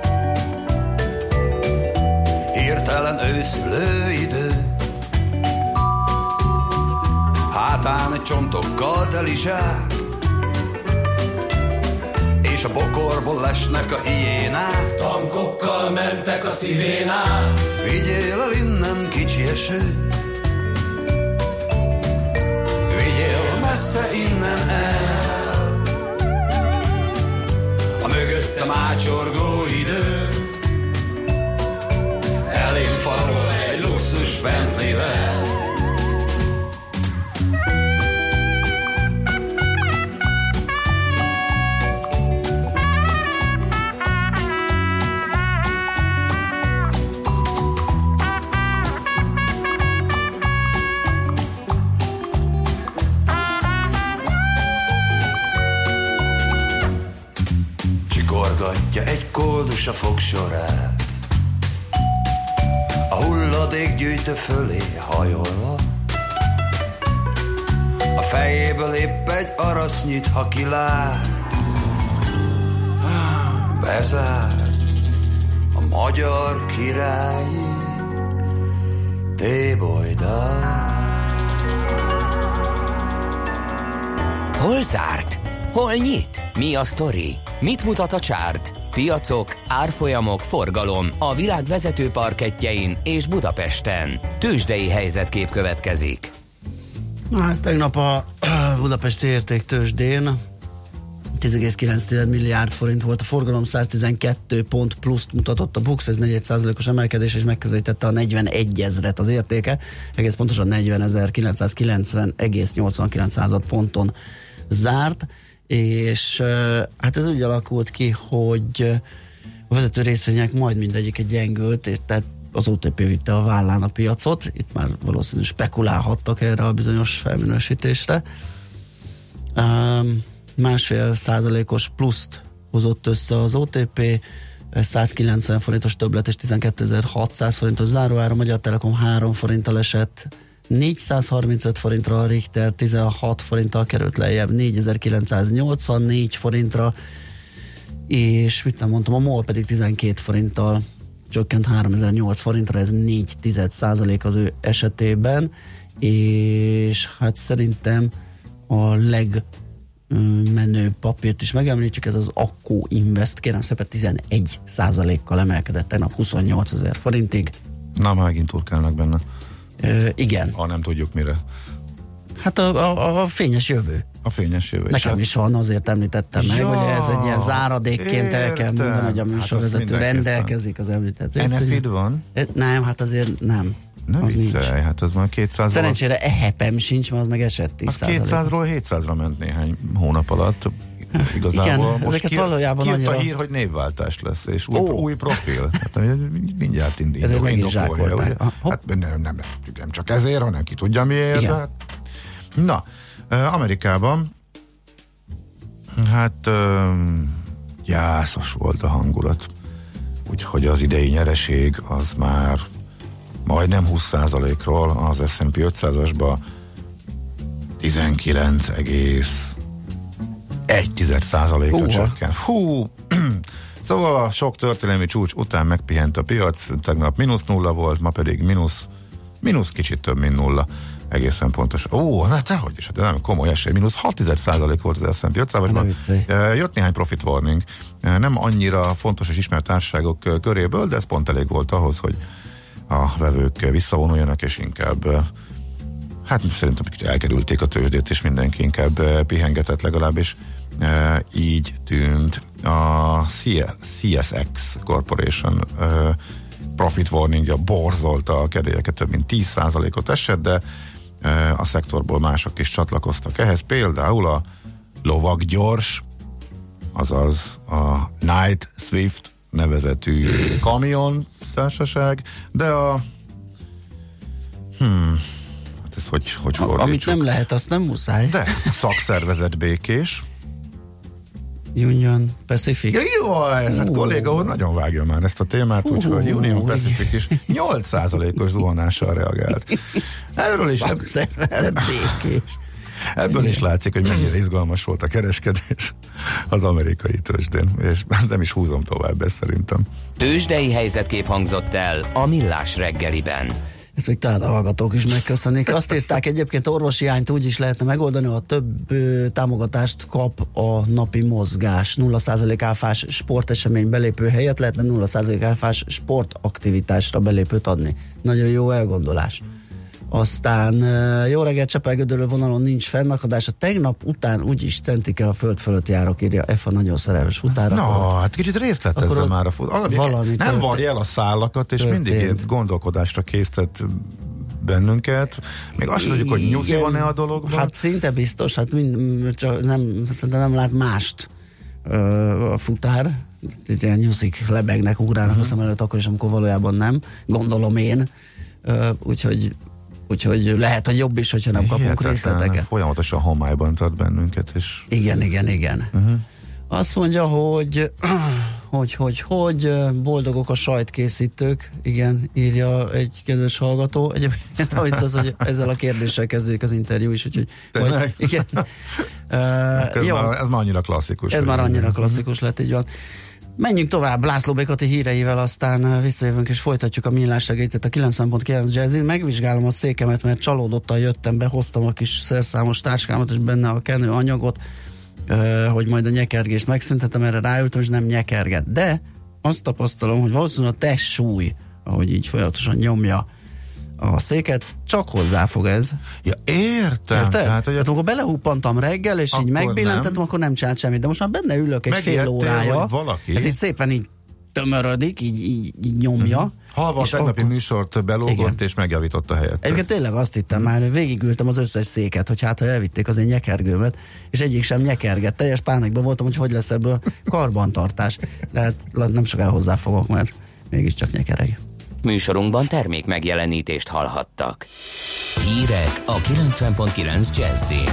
S7: Hirtelen őszülő idő, hátán egy csontokkal teli zsák, és a bokorból lesnek a hiénák.
S8: Tankokkal mentek a szirénák.
S7: Vigyél el innen kicsi eső, vigyél messze innen el, a mögöttem ácsorgó idő. Elém farol egy luxus Bentleyvel. Csikorgatja egy koldus a fogsorát, a hulladékgyűjtő fölé hajolva. A fejéből épp egy arasz nyit, ha kilát. Bezár a magyar királyi tébolydát.
S1: Hol zárt? Hol nyit? Mi a sztori? Mit mutat a csárt? Piacok, árfolyamok, forgalom a világ vezető parkettjein és Budapesten. Tőzsdei helyzetkép következik.
S4: Hát tegnap a budapesti értéktőzsdén tíz egész kilenc milliárd forint volt a forgalom, száztizenkettő pont pluszt mutatott a BUX, ez negyven százalékos emelkedés, és megközelítette a negyvenegy ezret az értéke, egész pontosan negyvenezer-kilencszázkilencven egész nyolcvankilenc ponton zárt, és hát ez úgy alakult ki, hogy a vezető részvények majd mindegyik egy gyengült, és tehát az o té pé vitte a vállán a piacot, itt már valószínűleg spekulálhattak erre a bizonyos felminősítésre. Um, másfél százalékos pluszt hozott össze az o té pé, százkilencven forintos többlet és tizenkétezer-hatszáz forintos záróára, Magyar Telekom három forinttal esett négyszázharmincöt forintra, a Richter tizenhat forinttal került lejjebb négyezer-kilencszáznyolcvannégy forintra, és mit nem mondtam, a MOL pedig tizenkét forinttal csökkent háromezer-nyolc forintra, ez négy tized százalék az ő esetében, és hát szerintem a legmenőbb papírt is megemlítjük, ez az Akko Invest, kérem szépen tizenegy százalékkal emelkedett tegnap huszonnyolcezer forintig.
S5: Na, megint turkálnak benne.
S4: Ö, igen.
S5: Ha nem tudjuk mire.
S4: Hát a, a, a fényes jövő.
S5: A fényes jövő.
S4: Nekem
S5: hát...
S4: is van, azért említettem ja, meg, hogy ez egy ilyen záradékként el kell mondani, hogy a műsorvezető hát rendelkezik az említett részén.
S5: en ef i-d van?
S4: Nem, hát azért nem.
S5: Nem
S4: az
S5: viccelj, hát az már kétszáz.
S4: Szerencsére ehepem sincs, mert az meg esett tíz százalék.
S5: Az kétszázról hétszázra ment néhány hónap alatt. Igazából
S4: igen,
S5: most
S4: ezeket
S5: ki,
S4: valójában
S5: ki
S4: annyira...
S5: a hír, hogy névváltás lesz, és új,
S4: oh.
S5: új profil. Hát, mindjárt indít.
S4: Ezért meg is zsákolták.
S5: Hát nem, nem, nem, nem csak ezért, hanem ki tudja miért. Hát. Na, Amerikában hát gyászos volt a hangulat. Úgyhogy az idei nyereség az már majdnem húsz százalékról az es and pé ötszázasba tizenkilenc egész egy tized százalékra csökkent. Hú! Szóval a sok történelmi csúcs után megpihent a piac, tegnap mínusz nulla volt, ma pedig mínusz, mínusz kicsit több, mint nulla. Egészen pontos. Ó, na tehogy is, de nem komoly esély. Mínusz hat tized százalék volt az es and pé ötszázasban. Jött néhány profit warning. Nem annyira fontos és ismert társaságok köréből, de ez pont elég volt ahhoz, hogy a vevők visszavonuljanak, és inkább hát szerintem elkerülték a tőzsdét, és mindenki inkább pihengetett, legalábbis e, így tűnt. A cé es iksz Corporation e, profit warningja borzolta a kedélyeket, több mint tíz százalékot esett, de e, a szektorból mások is csatlakoztak ehhez, például a Lovaggyors, azaz a Night Swift nevezetű kamion társaság, de a hmm, ez hogy, hogy
S4: fordítsuk? Amit nem lehet, azt nem muszáj.
S5: De a szakszervezet Békés.
S4: Union Pacific.
S5: Ja, jaj, hát kolléga úr nagyon vágja már ezt a témát, úgyhogy Union Pacific is nyolc százalékos zuhanással reagált. Erről is ebből is látszik, hogy mennyire izgalmas volt a kereskedés az amerikai tőzsdén, és nem is húzom tovább ezt szerintem.
S1: Tőzsdei helyzetkép hangzott el a Millás reggeliben.
S4: Ezt még talán a hallgatók is megköszönik. Azt írták egyébként, orvosi hiányt úgy is lehetne megoldani, ha több ö, támogatást kap a napi mozgás. nulla százalék áfás sportesemény belépő helyett lehetne nulla százalék áfás sportaktivitásra belépőt adni. Nagyon jó elgondolás. Aztán jó reggelt, Csepel-Gödöllő vonalon nincs fennakadás. A tegnap után úgyis centik el a föld fölött járok, írja F a nagyon szerelmes utára.
S5: Na, akkor, hát kicsit részletezze már a fut. Nem varja el a szállakat, és történt. Mindig gondolkodásra késztet bennünket. Még azt mondjuk, hogy nyuszi van-e a dologban?
S4: Hát szinte biztos, hát mind, csak nem, szerintem nem lát mást ö, a futár. Itt ilyen nyuszik lebegnek, ugrálnak uh-huh. a szem előtt, akkor is, amikor valójában nem. Gondolom én. Ö, úgyhogy Úgyhogy lehet, hogy jobb is, hogyha nem kapunk hihetetlen, részleteket.
S5: Folyamatosan homályban tart bennünket. És...
S4: Igen, igen, igen. Uh-huh. Azt mondja, hogy, hogy, hogy, hogy boldogok a sajtkészítők. Igen, írja egy kedves hallgató. Egyébként az, hogy ezzel a kérdéssel kezdődik az interjú is, úgyhogy... Vagy, igen. uh,
S5: ez, jó, már, ez már annyira klasszikus.
S4: Ez már annyira klasszikus lett, így van. Menjünk tovább László B. Kati híreivel, aztán visszajövünk és folytatjuk a Millás reggelit a kilencven pont kilenc Jazzin. Megvizsgálom a székemet, mert csalódottan jöttem be, hoztam a kis szerszámos táskámat, és benne a kenő anyagot, hogy majd a nyekergést megszüntetem, erre ráültem, és nem nyekerget. De azt tapasztalom, hogy valószínűleg a test súly, ahogy így folyamatosan nyomja a széket, csak hozzá fog ez.
S5: Ja, értem.
S4: Érted? Tehát, hogy hát, amikor belehúppantam reggel, és így megbillentettem, akkor nem csinált semmit. De most már benne ülök egy Megértél, fél órája. Ez itt szépen így tömörödik, így, így, így nyomja. Uh-huh.
S5: Halva a tegnapi akkor... műsort belógott, igen. És megjavította a helyet.
S4: Egyébként tényleg azt hittem, uh-huh. már végigültem az összes széket, hogy hát ha elvitték az én nyekergőmet, és egyik sem nyekerget. Teljes pánikban voltam, hogy hogy lesz ebből karbantartás. De hát nem sokára hozzá fogok, mert mégiscsak nyekereg.
S1: Műsorunkban termék megjelenítést hallhattak. Hírek a kilencven pont kilenc Jazzin.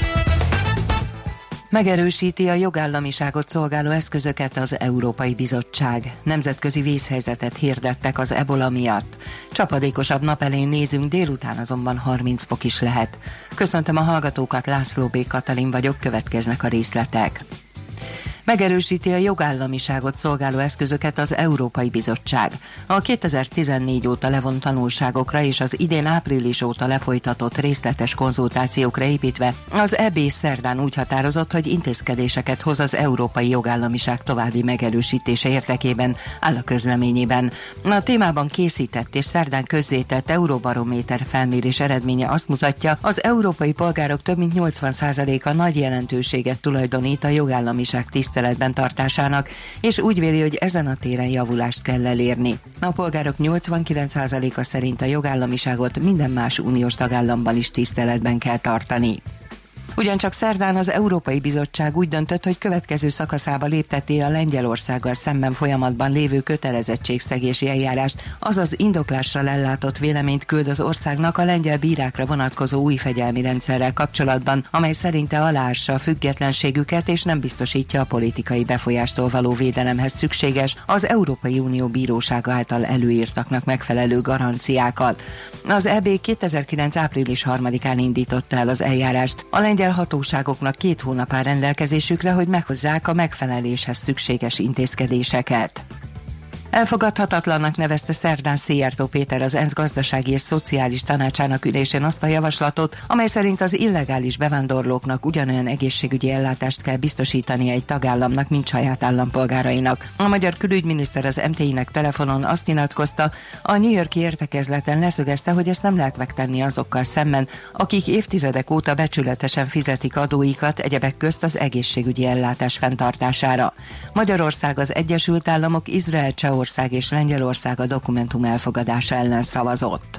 S3: Megerősíti a jogállamiságot szolgáló eszközöket az Európai Bizottság. Nemzetközi vészhelyzetet hirdettek az ebola miatt. Csapadékosabb nap elén nézünk, délután azonban harminc fok is lehet. Köszöntöm a hallgatókat, László B. Katalin vagyok, következnek a részletek. Megerősíti a jogállamiságot szolgáló eszközöket az Európai Bizottság. A kétezer-tizennégy óta levont tanulságokra és az idén április óta lefolytatott részletes konzultációkra építve az é bé szerdán úgy határozott, hogy intézkedéseket hoz az európai jogállamiság további megerősítése érdekében, áll a közleményében. A témában készített és szerdán közzétett Euróbarométer felmérés eredménye azt mutatja, az európai polgárok több mint nyolcvan százaléka nagy jelentőséget tulajdonít a jogállamiság tiszteletben tartásának, és úgy véli, hogy ezen a téren javulást kell elérni. A polgárok nyolcvankilenc százaléka szerint a jogállamiságot minden más uniós tagállamban is tiszteletben kell tartani. Ugyancsak szerdán az Európai Bizottság úgy döntött, hogy következő szakaszába lépteti a Lengyelországgal szemben folyamatban lévő kötelezettségszegési eljárást, azaz indoklással ellátott véleményt küld az országnak a lengyel bírákra vonatkozó új fegyelmi rendszerrel kapcsolatban, amely szerinte aláássa a függetlenségüket és nem biztosítja a politikai befolyástól való védelemhez szükséges, az Európai Unió bírósága által előírtaknak megfelelő garanciákat. Az é bé kétezer-kilenc április harmadikán indította el az eljárást. A lengyel hatóságoknak két hónap áll rendelkezésükre, hogy meghozzák a megfeleléshez szükséges intézkedéseket. Elfogadhatatlannak nevezte szerdán Szijjártó Péter, az ENSZ gazdasági és szociális tanácsának ülésén azt a javaslatot, amely szerint az illegális bevándorlóknak ugyanolyan egészségügyi ellátást kell biztosítani egy tagállamnak, mint saját állampolgárainak. A magyar külügyminiszter az em té i-nek telefonon azt nyilatkozta, a New York-i értekezleten leszögezte, hogy ezt nem lehet megtenni azokkal szemben, akik évtizedek óta becsületesen fizetik adóikat, egyebek közt az egészségügyi ellátás fenntartására. Magyarország, az Egyesült Államok, Izrael, Csehország és Lengyelország a dokumentum elfogadása ellen szavazott.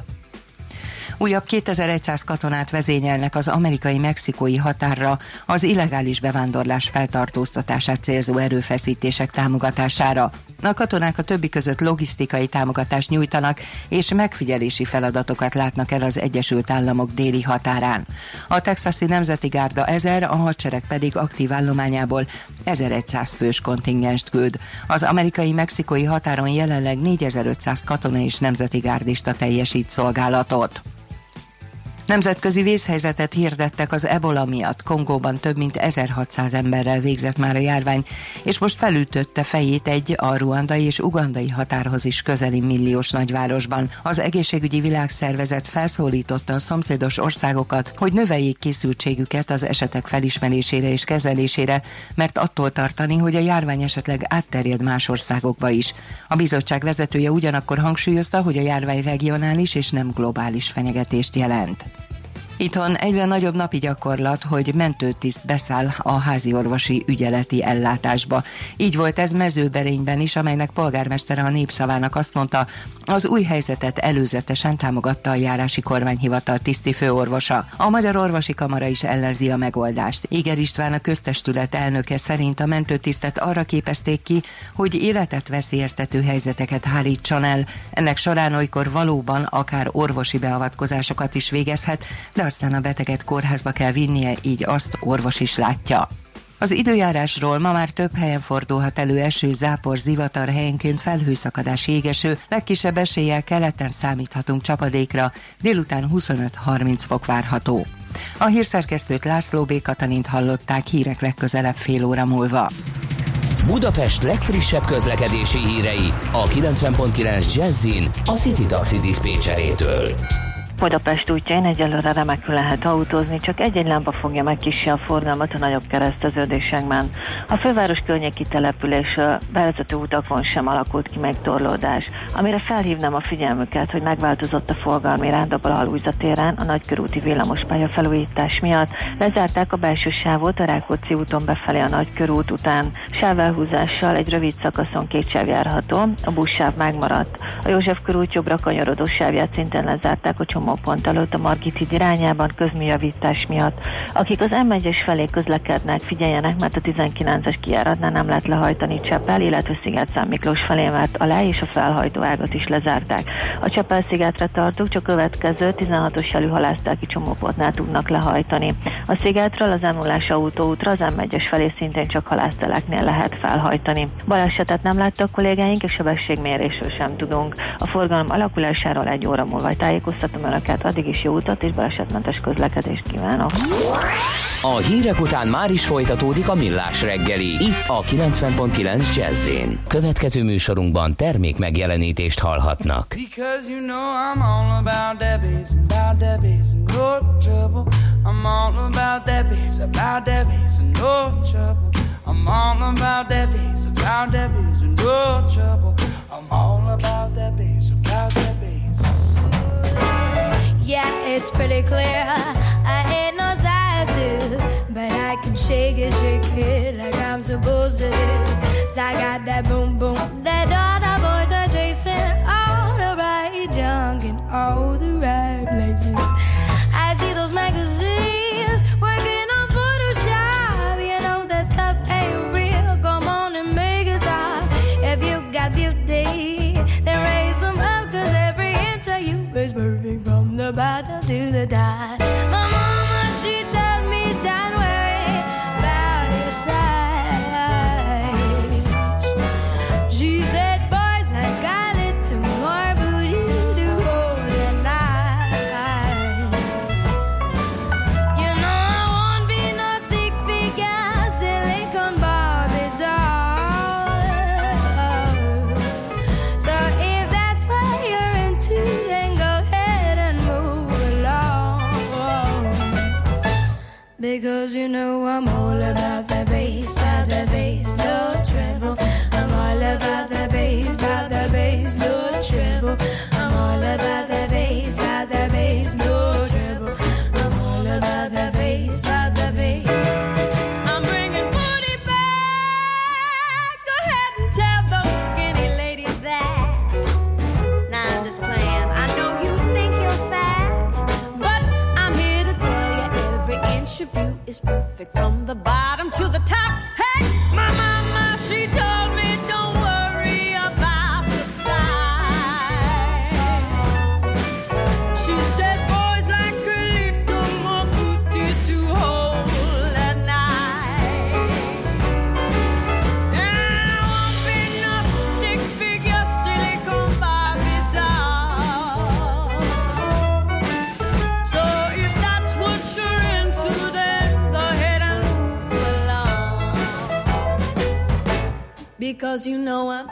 S3: Újabb kétezer-száz katonát vezényelnek az amerikai-mexikói határra az illegális bevándorlás feltartóztatását célzó erőfeszítések támogatására. A katonák a többi között logisztikai támogatást nyújtanak, és megfigyelési feladatokat látnak el az Egyesült Államok déli határán. A texasi Nemzeti Gárda ezer, a hadsereg pedig aktív állományából ezerszáz fős kontingenst küld. Az amerikai-mexikói határon jelenleg négyezer-ötszáz katona és nemzeti gárdista teljesít szolgálatot. Nemzetközi vészhelyzetet hirdettek az ebola miatt. Kongóban több mint ezerhatszáz emberrel végzett már a járvány, és most felütötte fejét egy a ruandai és ugandai határhoz is közeli milliós nagyvárosban. Az egészségügyi világszervezet felszólította a szomszédos országokat, hogy növeljék készültségüket az esetek felismerésére és kezelésére, mert attól tartani, hogy a járvány esetleg átterjed más országokba is. A bizottság vezetője ugyanakkor hangsúlyozta, hogy a járvány regionális és nem globális fenyegetést jelent. Itthon egyre nagyobb napi gyakorlat, hogy mentőtiszt beszáll a háziorvosi ügyeleti ellátásba. Így volt ez Mezőberényben is, amelynek polgármestere a Népszavának azt mondta, az új helyzetet előzetesen támogatta a járási kormányhivatal tiszti főorvosa. A Magyar Orvosi Kamara is ellenzi a megoldást. Iger István, a köztestület elnöke szerint a mentőtisztet arra képezték ki, hogy életet veszélyeztető helyzeteket hárítson el. Ennek során olykor valóban akár orvosi beavatkozásokat is végezhet, de aztán a beteget kórházba kell vinnie, így azt orvos is látja. Az időjárásról: ma már több helyen fordulhat elő eső, zápor, zivatar, helyenként felhőszakadás, jégeső, legkisebb eséllyel keleten számíthatunk csapadékra, délután huszonöt-harminc fok várható. A hírszerkesztőt, László B. Katalint hallották, hírek legközelebb fél óra múlva.
S1: Budapest legfrissebb közlekedési hírei a kilencven pont kilenc Jazzin a City Taxi diszpécserétől.
S9: Budapest útjain egyelőre remekül lehet autózni, csak egy-egy lámpa fogja meg kissé a forgalmat a nagyobb kereszteződésekben. A főváros környéki településről bevezető utakon sem alakult ki megtorlódás. Amire felhívnám a figyelmüket, hogy megváltozott a forgalmi rend a Blahalújza téren a nagykörúti villamospálya felújítás miatt. Lezárták a belső sávot a Rákóczi úton befelé a nagykörút után. Sávelhúzással egy rövid szakaszon két sáv járható, a buszsáv megmaradt. A József körút jobbra kanyarodó sávját szintén lezárták a csomópont előtt a Margit híd irányában közműjavítás miatt. Akik az em egyes felé közlekednek, figyeljenek, mert a tizenkilences kijáratnál nem lehet lehajtani Csepel, illetve Sziget-Szent Miklós felé, mert a le- és a felhajtó ágat is lezárták. A Csepel-szigetre tartók csak következő tizenhatos jelű halásztáki csomópontnál tudnak lehajtani. A Szigetről az em nullás autóútra az em egyes felé szintén csak halászteleknél lehet felhajtani. Balesetet nem láttak kollégáink, és sebességmérésről sem tudunk. A forgalom alakulásáról egy óra múlva tájékoztatom önöket, addig is jó utat és balesetmentes közlekedést kívánok.
S1: A hírek után már is folytatódik a Millás reggeli, itt a kilencven pont kilenc Jazz-én. Következő műsorunkban termék megjelenítést hallhatnak.
S10: Because you know I'm all about that bass, about that bass, no trouble. I'm all about that bass, about that bass, no trouble. I'm all about that bass, about that bass, no trouble. I'm all about that bass, about that bass.
S11: Yeah, it's pretty clear I ain't no size two, but I can shake it, shake it like I'm supposed to do. 'Cause I got that boom boom that all the boys are chasing, all the right junk in all the right places. I see those magazines working on Photoshop. You know that stuff ain't real. Come on and make it stop. If you got beauty, then raise them up, 'cause every inch of you is perfect from the bottom to the top. My mama, she told me don't worry about your size. She said boys like got a little more booty to hold at night. You know I won't be no stick figure, silicone Barbie doll. So if that's what you're into, then go ahead and move along. Because you know I'm all about the bass, about the bass, no treble. I'm all about the bass, about the bass, no treble. I'm all about the bass, about the bass, no treble. I'm all about the bass, about the bass. I'm bringing booty back. Go ahead and tell those skinny ladies that. Nah, I'm just playing. I know you think you're fat, but I'm here to tell you every inch of you is perfect from the bottom to the top. Hey, my mama, she told me don't worry about the size. She said boys like a little more booty to hold at night. because you know I'm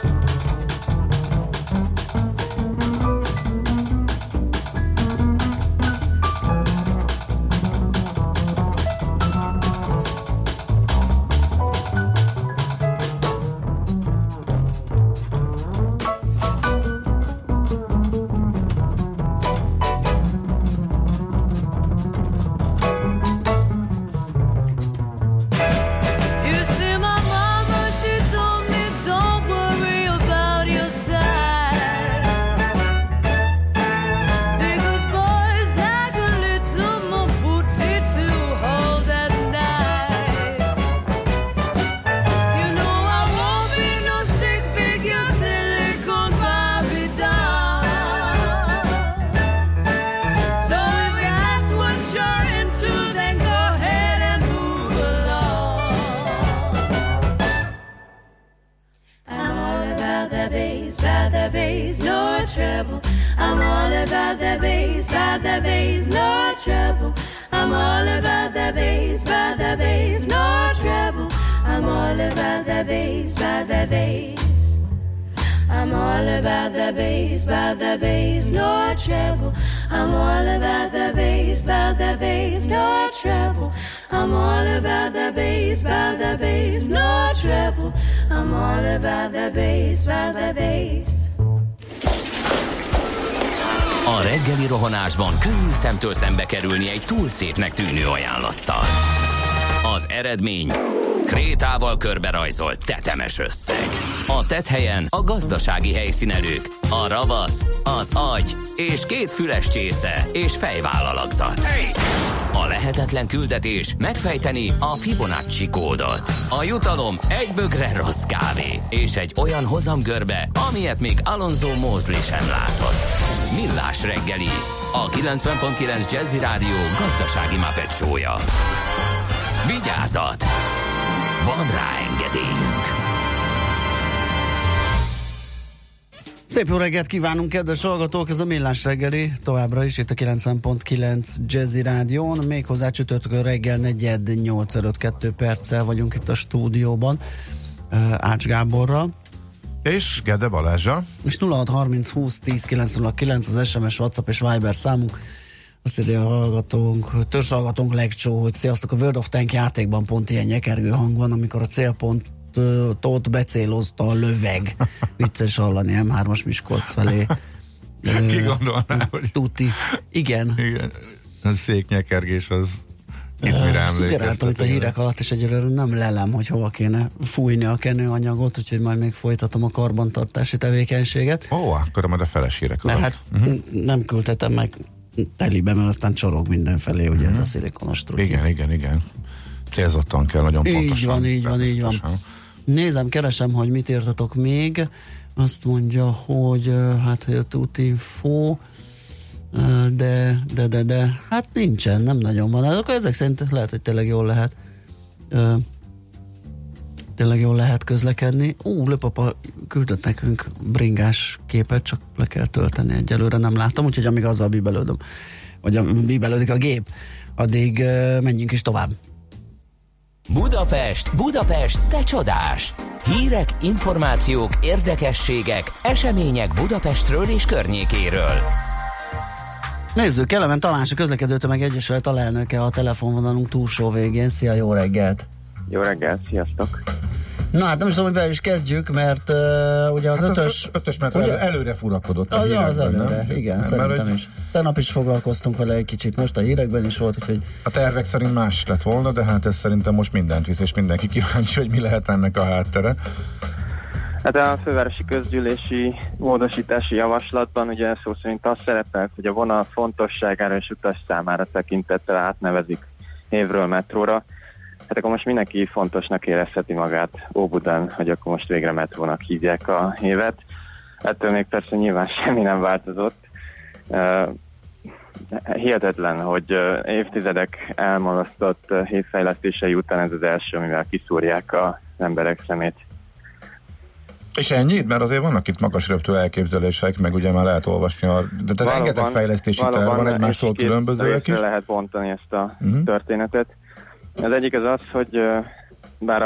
S1: A reggeli rohanásban könnyű szemtől szembe kerülni egy túl szépnek tűnő ajánlattal. Az eredmény krétával körberajzolt tetemes összeg. A tetthelyen a gazdasági helyszínelők, a ravasz, az agy és két füles csésze és fejvállalakzat. A lehetetlen küldetés megfejteni a Fibonacci kódot. A jutalom egy bögre rossz kávé és egy olyan hozamgörbe, amilyet még Alonso Mosley sem látott. Millás reggeli, a kilencven pont kilenc Jazzy Rádió gazdasági Muppet show-ja. Vigyázat! Van rá engedélyünk!
S4: Szép jó reggelt kívánunk, kedves hallgatók! Ez a Millás reggeli, továbbra is itt a kilencven pont kilenc Jazzy Rádión, méghozzá csütörtökön reggel negyed nyolc előtt kettő perccel vagyunk itt a stúdióban, Ács Gáborral.
S5: És Gede Balázsa.
S4: És nulla hat harminc húsz tíz kilenc nulla kilenc az es em es, WhatsApp és Viber számunk. Azt írja a hallgatónk, törzshallgatónk Legcsó, hogy sziasztok, a World of Tank játékban pont ilyen nyekergő hang van, amikor a célpontot becélozta a löveg. Vicces hallani em hármas Miskolc felé.
S5: Ki gondolná, hogy...
S4: Tuti. Igen.
S5: Igen. A széknyekergés az itt mire
S4: Szugeráltam itt a hírek alatt, és egyelőre nem lelem, hogy hova kéne fújni a kenőanyagot, úgyhogy majd még folytatom a karbantartási tevékenységet.
S5: Ó, akkor majd a feles hírek
S4: alatt. Mert hát uh-huh. nem küldhetem meg telibe, mert aztán csorog mindenfelé, ugye uh-huh. ez a szilikonos trükk.
S5: Igen, igen, igen. Célzottan kell, nagyon
S4: így
S5: pontosan.
S4: Így van, így van, így van. Nézem, keresem, hogy mit írtatok még. Azt mondja, hogy hát, hogy a tutinfo, de, de, de, de, hát nincsen, nem nagyon van. Akkor ezek szerint lehet, hogy tényleg jól lehet tényleg jól lehet közlekedni. Ú, Lőpapa küldött nekünk bringás képet, csak le kell tölteni egyelőre, nem láttam, úgyhogy amíg azzal bíbelődöm, vagy bíbelődik a gép, addig uh, menjünk is tovább.
S1: Budapest, Budapest, te csodás! Hírek, információk, érdekességek, események Budapestről és környékéről.
S4: Nézzük, Kelemen Tamás, a Közlekedőtömeg Egyesület alelnöke a telefonvonalunk túlsó végén. Szia, jó reggelt!
S12: Jó reggelt, sziasztok!
S4: Na hát nem is tudom, hogy vele is kezdjük, mert uh, ugye az hát ötös...
S5: Az ötös mert
S4: ugye,
S5: előre furakodott a
S4: az,
S5: hírekben,
S4: az előre,
S5: nem?
S4: igen,
S5: nem,
S4: szerintem
S5: mert,
S4: is. Tegnap is foglalkoztunk vele egy kicsit, most a hírekben is volt, úgyhogy...
S5: A tervek szerint más lett volna, de hát ez szerintem most mindent visz, és mindenki kíváncsi, hogy mi lehet ennek a háttere.
S12: Hát a fővárosi közgyűlési módosítási javaslatban ugye szó szerint az szerepelt, hogy a vonal fontosságára és utas számára tekintettel átnevezik Évről metróra. Hát akkor most mindenki fontosnak érezheti magát Óbudán, hogy akkor most végre metrónak hívják a Évet. Ettől még persze nyilván semmi nem változott. Uh, hihetetlen, hogy uh, évtizedek elmalasztott uh, hévfejlesztései után ez az első, amivel kiszúrják az emberek szemét.
S5: És ennyit? Mert azért vannak itt magas röptő elképzelések, meg ugye már lehet olvasni, a, de valóban, rengeteg fejlesztési terv van, egymástól különbözőek is.
S12: Lehet bontani ezt a uh-huh. történetet. Az egyik az az, hogy bár a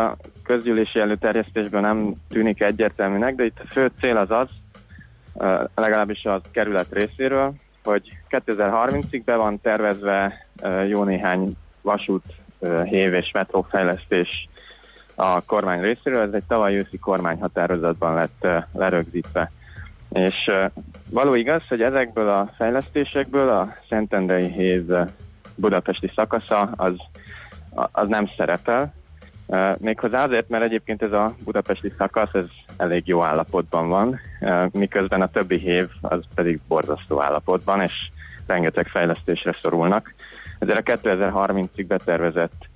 S12: közgyűlési előterjesztésből nem tűnik egyértelműnek, de itt a fő cél az az, legalábbis a kerület részéről, hogy kétezer-harmincig be van tervezve jó néhány vasút, hév és metrófejlesztés a kormány részéről. Ez egy tavaly őszi kormányhatározatban lett lerögzítve. És való igaz, hogy ezekből a fejlesztésekből a Szentendrei hév budapesti szakasza az, az nem szerepel. Méghozzá azért, mert egyébként ez a budapesti szakasz ez elég jó állapotban van, miközben a többi hév az pedig borzasztó állapotban, és rengeteg fejlesztésre szorulnak. Ezért a kétezer-harmincig betervezett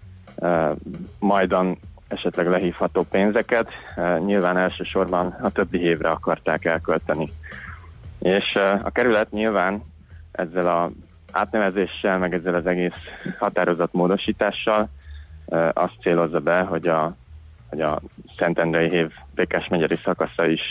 S12: majdan esetleg lehívható pénzeket nyilván elsősorban a többi hévre akarták elkölteni. És a kerület nyilván ezzel az átnevezéssel, meg ezzel az egész határozatmódosítással azt célozza be, hogy a, hogy a Szentendrei hév Békás-megyeri szakasza is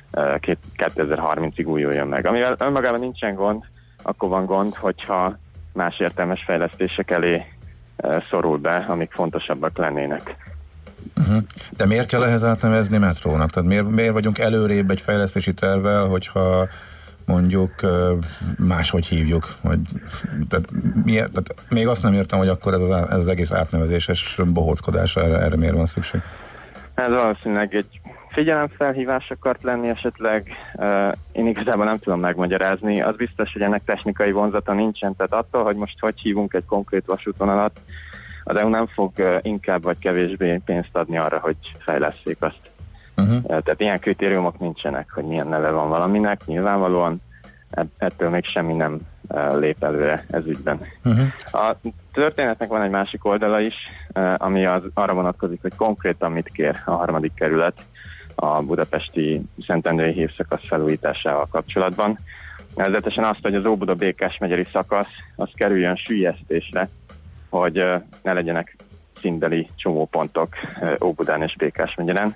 S12: kétezer-harmincig újuljon meg. Amivel önmagában nincsen gond, akkor van gond, hogyha más értelmes fejlesztések elé szorul be, amik fontosabbak lennének.
S5: Uh-huh. De miért kell ehhez átnevezni metrónak? Tehát miért, miért vagyunk előrébb egy fejlesztési tervvel, hogyha mondjuk máshogy hívjuk? Vagy, tehát, miért, tehát még azt nem értem, hogy akkor ez az, ez az egész átnevezéses bohóckodás, erre, erre miért van szükség?
S12: Ez valószínűleg egy figyelemfelhívás akart lenni esetleg. Uh, én igazából nem tudom megmagyarázni. Az biztos, hogy ennek technikai vonzata nincsen, tehát attól, hogy most hogy hívunk egy konkrét vasútvonalat, az é u nem fog uh, inkább vagy kevésbé pénzt adni arra, hogy fejlesszék azt. Uh-huh. Uh, tehát ilyen kritériumok nincsenek, hogy milyen neve van valaminek. Nyilvánvalóan ettől még semmi nem uh, lép előre ez ügyben. Uh-huh. A történetnek van egy másik oldala is, uh, ami az, arra vonatkozik, hogy konkrétan mit kér a harmadik kerület a budapesti Szentendrei hév szakasz felújításával kapcsolatban. Nevezetesen azt, hogy az Óbuda-Békás-megyeri szakasz az kerüljön süllyesztésre, hogy uh, ne legyenek színbeli csomópontok uh, Óbudán és Békás-megyeren.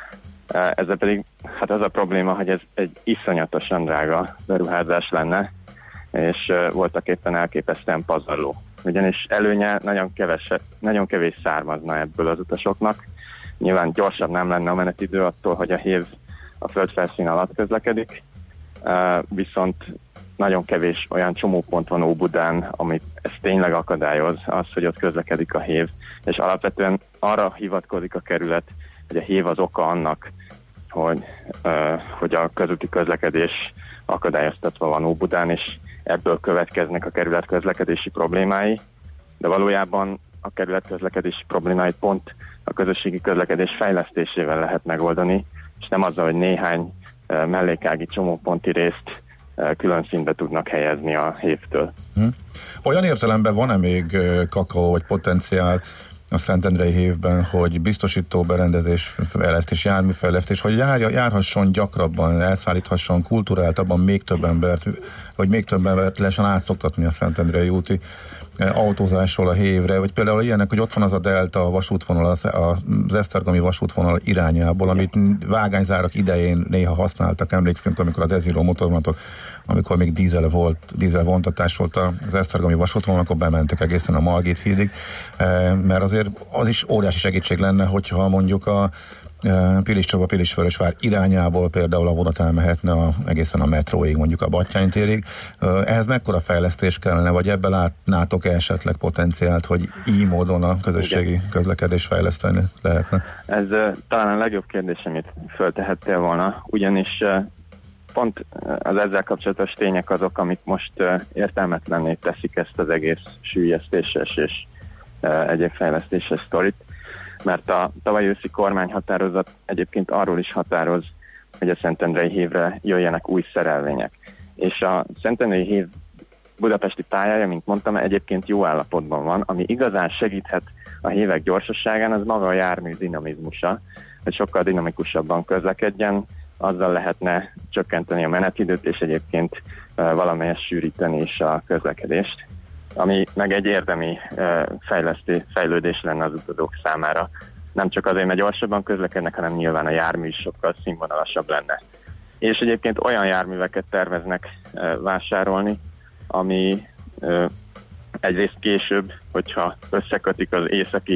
S12: Uh, ezzel pedig hát az a probléma, hogy ez egy iszonyatosan drága beruházás lenne, és uh, voltak éppen elképesztően pazarló. Ugyanis előnye nagyon, keves, nagyon kevés származna ebből az utasoknak. Nyilván gyorsabb nem lenne a menetidő attól, hogy a hév a földfelszín alatt közlekedik, uh, viszont nagyon kevés olyan csomópont van Óbudán, amit ezt tényleg akadályoz, az, hogy ott közlekedik a hév, és alapvetően arra hivatkozik a kerület, hogy a hév az oka annak, hogy, uh, hogy a közúti közlekedés akadályoztatva van Óbudán, és ebből következnek a kerület közlekedési problémái, de valójában a kerület közlekedési problémáit pont a közösségi közlekedés fejlesztésével lehet megoldani, és nem azzal, hogy néhány uh, mellékági csomóponti részt uh, külön színbe tudnak helyezni a hévtől.
S5: Hm. Olyan értelemben van-e még uh, kakaó vagy potenciál a Szentendrei hévben, hogy biztosító berendezés, fejlesztés, járműfejlesztés, hogy jár, járhasson gyakrabban, elszállíthasson kulturáltabban még több embert, hogy még több embert lehessen átszoktatni a Szentendrei úti autózásról a hévre, vagy például ilyenek, hogy ott van az a Delta vasútvonal, az, az esztergomi vasútvonal irányából, amit vágányzárak idején néha használtak, emlékszünk, amikor a Desiro motorvonatok, amikor még dízel volt, dízel vontatás volt az esztergomi vasútvonal, akkor bementek egészen a Margit hídig, mert azért az is óriási segítség lenne, hogyha mondjuk a Pilis Csaba, Pilisvörösvár irányából például a vonat elmehetne a, egészen a metróig, mondjuk a Battyány térig. Ehhez mekkora fejlesztés kellene, vagy ebben látnátok esetleg potenciált, hogy így módon a közösségi Igen. közlekedés fejleszteni lehetne?
S12: Ez uh, talán a legjobb kérdés, amit föltehettél volna, ugyanis uh, pont az ezzel kapcsolatos tények azok, amik most uh, értelmetlenné teszik ezt az egész süllyesztéses és uh, egyéb fejlesztéses sztorit. Mert a tavaly őszi kormányhatározat egyébként arról is határoz, hogy a Szentendrei hévre jöjjenek új szerelvények. És a Szentendrei hév budapesti pályája, mint mondtam, egyébként jó állapotban van, ami igazán segíthet a hévek gyorsaságán, az maga a jármű dinamizmusa, hogy sokkal dinamikusabban közlekedjen, azzal lehetne csökkenteni a menetidőt, és egyébként valamelyest sűríteni is a közlekedést, ami meg egy érdemi fejlesztés, fejlődés lenne az utazók számára. Nem csak azért, mert gyorsabban közlekednek, hanem nyilván a jármű is sokkal színvonalasabb lenne. És egyébként olyan járműveket terveznek vásárolni, ami egyrészt később, hogyha összekötik az északi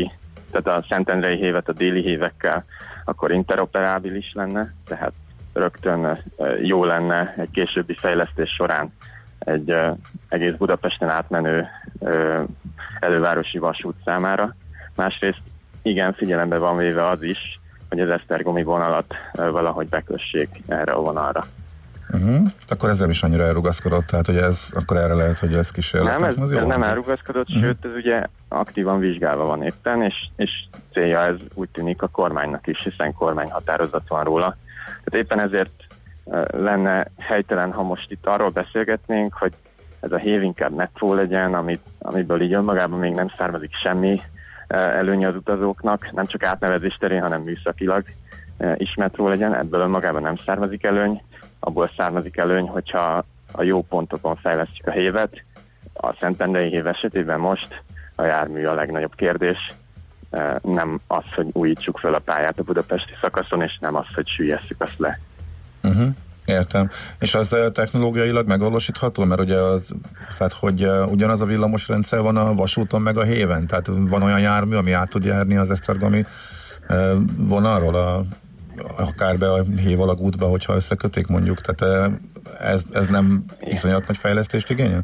S12: tehát a Szentendrei hévet a déli hévekkel, akkor interoperábilis lenne, tehát rögtön jó lenne egy későbbi fejlesztés során egy egész Budapesten átmenő elővárosi vasút számára. Másrészt igen, figyelembe van véve az is, hogy az esztergomi vonalat valahogy bekössék erre a vonalra.
S13: Uh-huh. Akkor ezzel is annyira elrugaszkodott, tehát hogy ez akkor erre lehet, hogy ez kísérlet.
S12: Nem, ez, ez, ez nem elrugaszkodott, uh-huh. sőt, ez ugye aktívan vizsgálva van éppen, és, és célja ez úgy tűnik a kormánynak is, hiszen kormányhatározat van róla. Tehát éppen ezért uh, lenne helytelen, ha most itt arról beszélgetnénk, hogy ez a hév inkább metró legyen, amit, amiből így önmagában még nem származik semmi uh, előnye az utazóknak, nem csak átnevezés terén, hanem műszakilag uh, is metró legyen, ebből önmagában nem származik előny, abból származik előny, hogyha a jó pontokon fejlesztjük a hévet. A Szentendrei hév esetében most a jármű a legnagyobb kérdés, nem az, hogy újítsuk fel a pályát a budapesti szakaszon, és nem az, hogy süllyesztjük azt le.
S13: Uh-huh. Értem. És az technológiailag megvalósítható? Mert ugye az, tehát, hogy ugyanaz a villamosrendszer van a vasúton meg a héven? Tehát van olyan jármű, ami át tud járni az esztergomi vonalról a akár be a hévalagútba, hogyha összekötik mondjuk, tehát ez, ez nem iszonyat nagy fejlesztést igényel?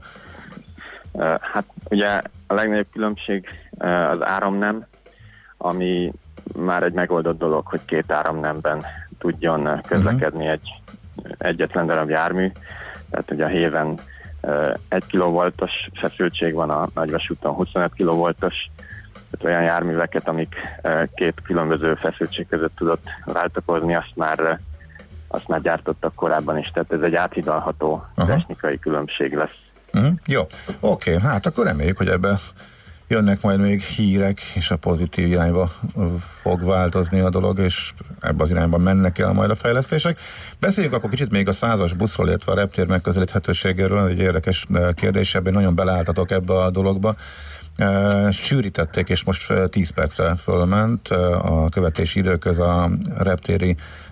S12: Hát ugye a legnagyobb különbség az áramnem, ami már egy megoldott dolog, hogy két áramnemben tudjon közlekedni uh-huh. egy egyetlen darab jármű, tehát ugye a héven egy kilovoltos feszültség van, a nagyvasúton huszonöt kilovoltos, tehát olyan járműveket, amik két különböző feszültség között tudott váltakozni, azt már, azt már gyártottak korábban is, tehát ez egy áthidalható Aha. technikai különbség lesz.
S13: Uh-huh. Jó, oké, okay. Hát akkor reméljük, hogy ebbe jönnek majd még hírek, és a pozitív irányba fog változni a dolog, és ebbe az irányba mennek el majd a fejlesztések. Beszéljünk akkor kicsit még a százas buszról, illetve a reptér megközelíthetőségéről, egy érdekes kérdés, ebben nagyon beleálltatok ebbe a dologba. Uh, sűrítették, és most tíz percre fölment uh, a követési időköz a reptéri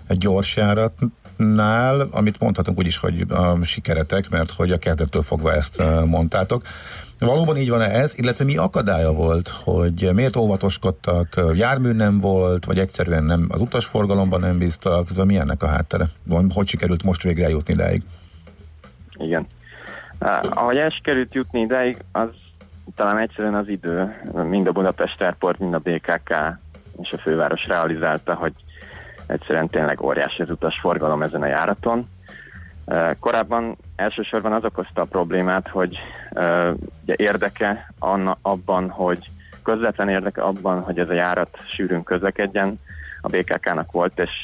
S13: gyorsjáratnál, amit mondhatunk úgyis, hogy a sikeretek, mert hogy a kezdettől fogva ezt uh, mondtátok. Valóban így van-e ez, illetve mi akadálya volt, hogy miért óvatoskodtak, jármű nem volt, vagy egyszerűen nem, az utasforgalomban nem bíztak, de mi ennek a háttere? Hogy sikerült most végre eljutni idáig?
S12: Igen. Uh, ahogy el sikerült jutni idáig, az talán egyszerűen az idő, mind a Budapest Airport, mind a bé ká ká és a főváros realizálta, hogy egyszerűen tényleg óriási az utasforgalom ezen a járaton. Korábban elsősorban az okozta a problémát, hogy ugye érdeke anna, abban, hogy közvetlen érdeke abban, hogy ez a járat sűrűn közlekedjen, a bé ká ká-nak volt, és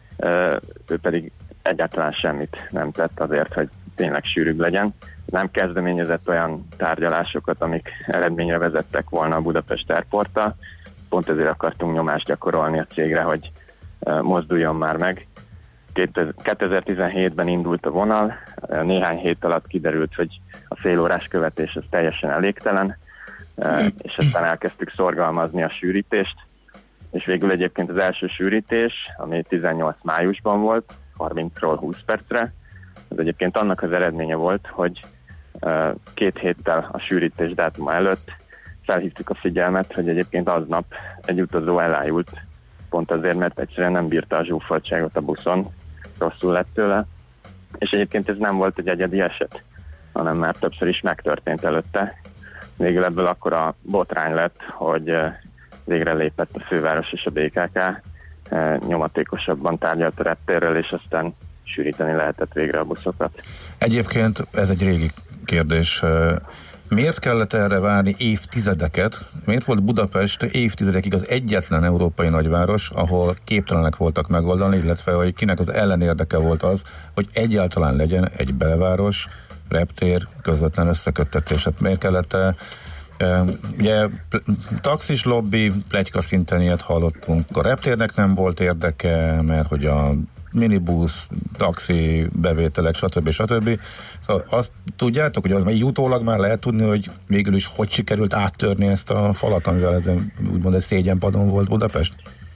S12: ő pedig egyáltalán semmit nem tett azért, hogy tényleg sűrűbb legyen. Nem kezdeményezett olyan tárgyalásokat, amik eredményre vezettek volna a Budapest Airporttal. Pont ezért akartunk nyomást gyakorolni a cégre, hogy mozduljon már meg. kétezer-tizenhétben indult a vonal, néhány hét alatt kiderült, hogy a félórás követés az teljesen elégtelen, és aztán elkezdtük szorgalmazni a sűrítést, és végül egyébként az első sűrítés, ami tizennyolc májusban volt, harmincról húsz percre, ez egyébként annak az eredménye volt, hogy két héttel a sűrítés dátuma előtt felhívtuk a figyelmet, hogy egyébként aznap egy utazó elájult, pont azért, mert egyszerűen nem bírta a zsúfoltságot a buszon, rosszul lett tőle, és egyébként ez nem volt egy egyedi eset, hanem már többször is megtörtént előtte. Végül ebből akkor a botrány lett, hogy végre lépett a főváros és a bé ká ká, nyomatékosabban tárgyalt a reptérrel, és aztán sűríteni lehetett végre a buszokat.
S13: Egyébként ez egy régi kérdés. Miért kellett erre várni évtizedeket? Miért volt Budapest évtizedekig az egyetlen európai nagyváros, ahol képtelenek voltak megoldani, illetve hogy kinek az ellenérdeke volt az, hogy egyáltalán legyen egy belváros, reptér, közvetlen összeköttetés. Hát miért kellett e, ugye taxis lobby, pletyka szinten ilyet hallottunk. A reptérnek nem volt érdeke, mert hogy a minibusz, taxi, bevételek, stb. stb. Szóval azt tudjátok, hogy az már így utólag már lehet tudni, hogy végül is hogy sikerült áttörni ezt a falat, amivel ez úgymond egy szégyenpadon volt Budapest?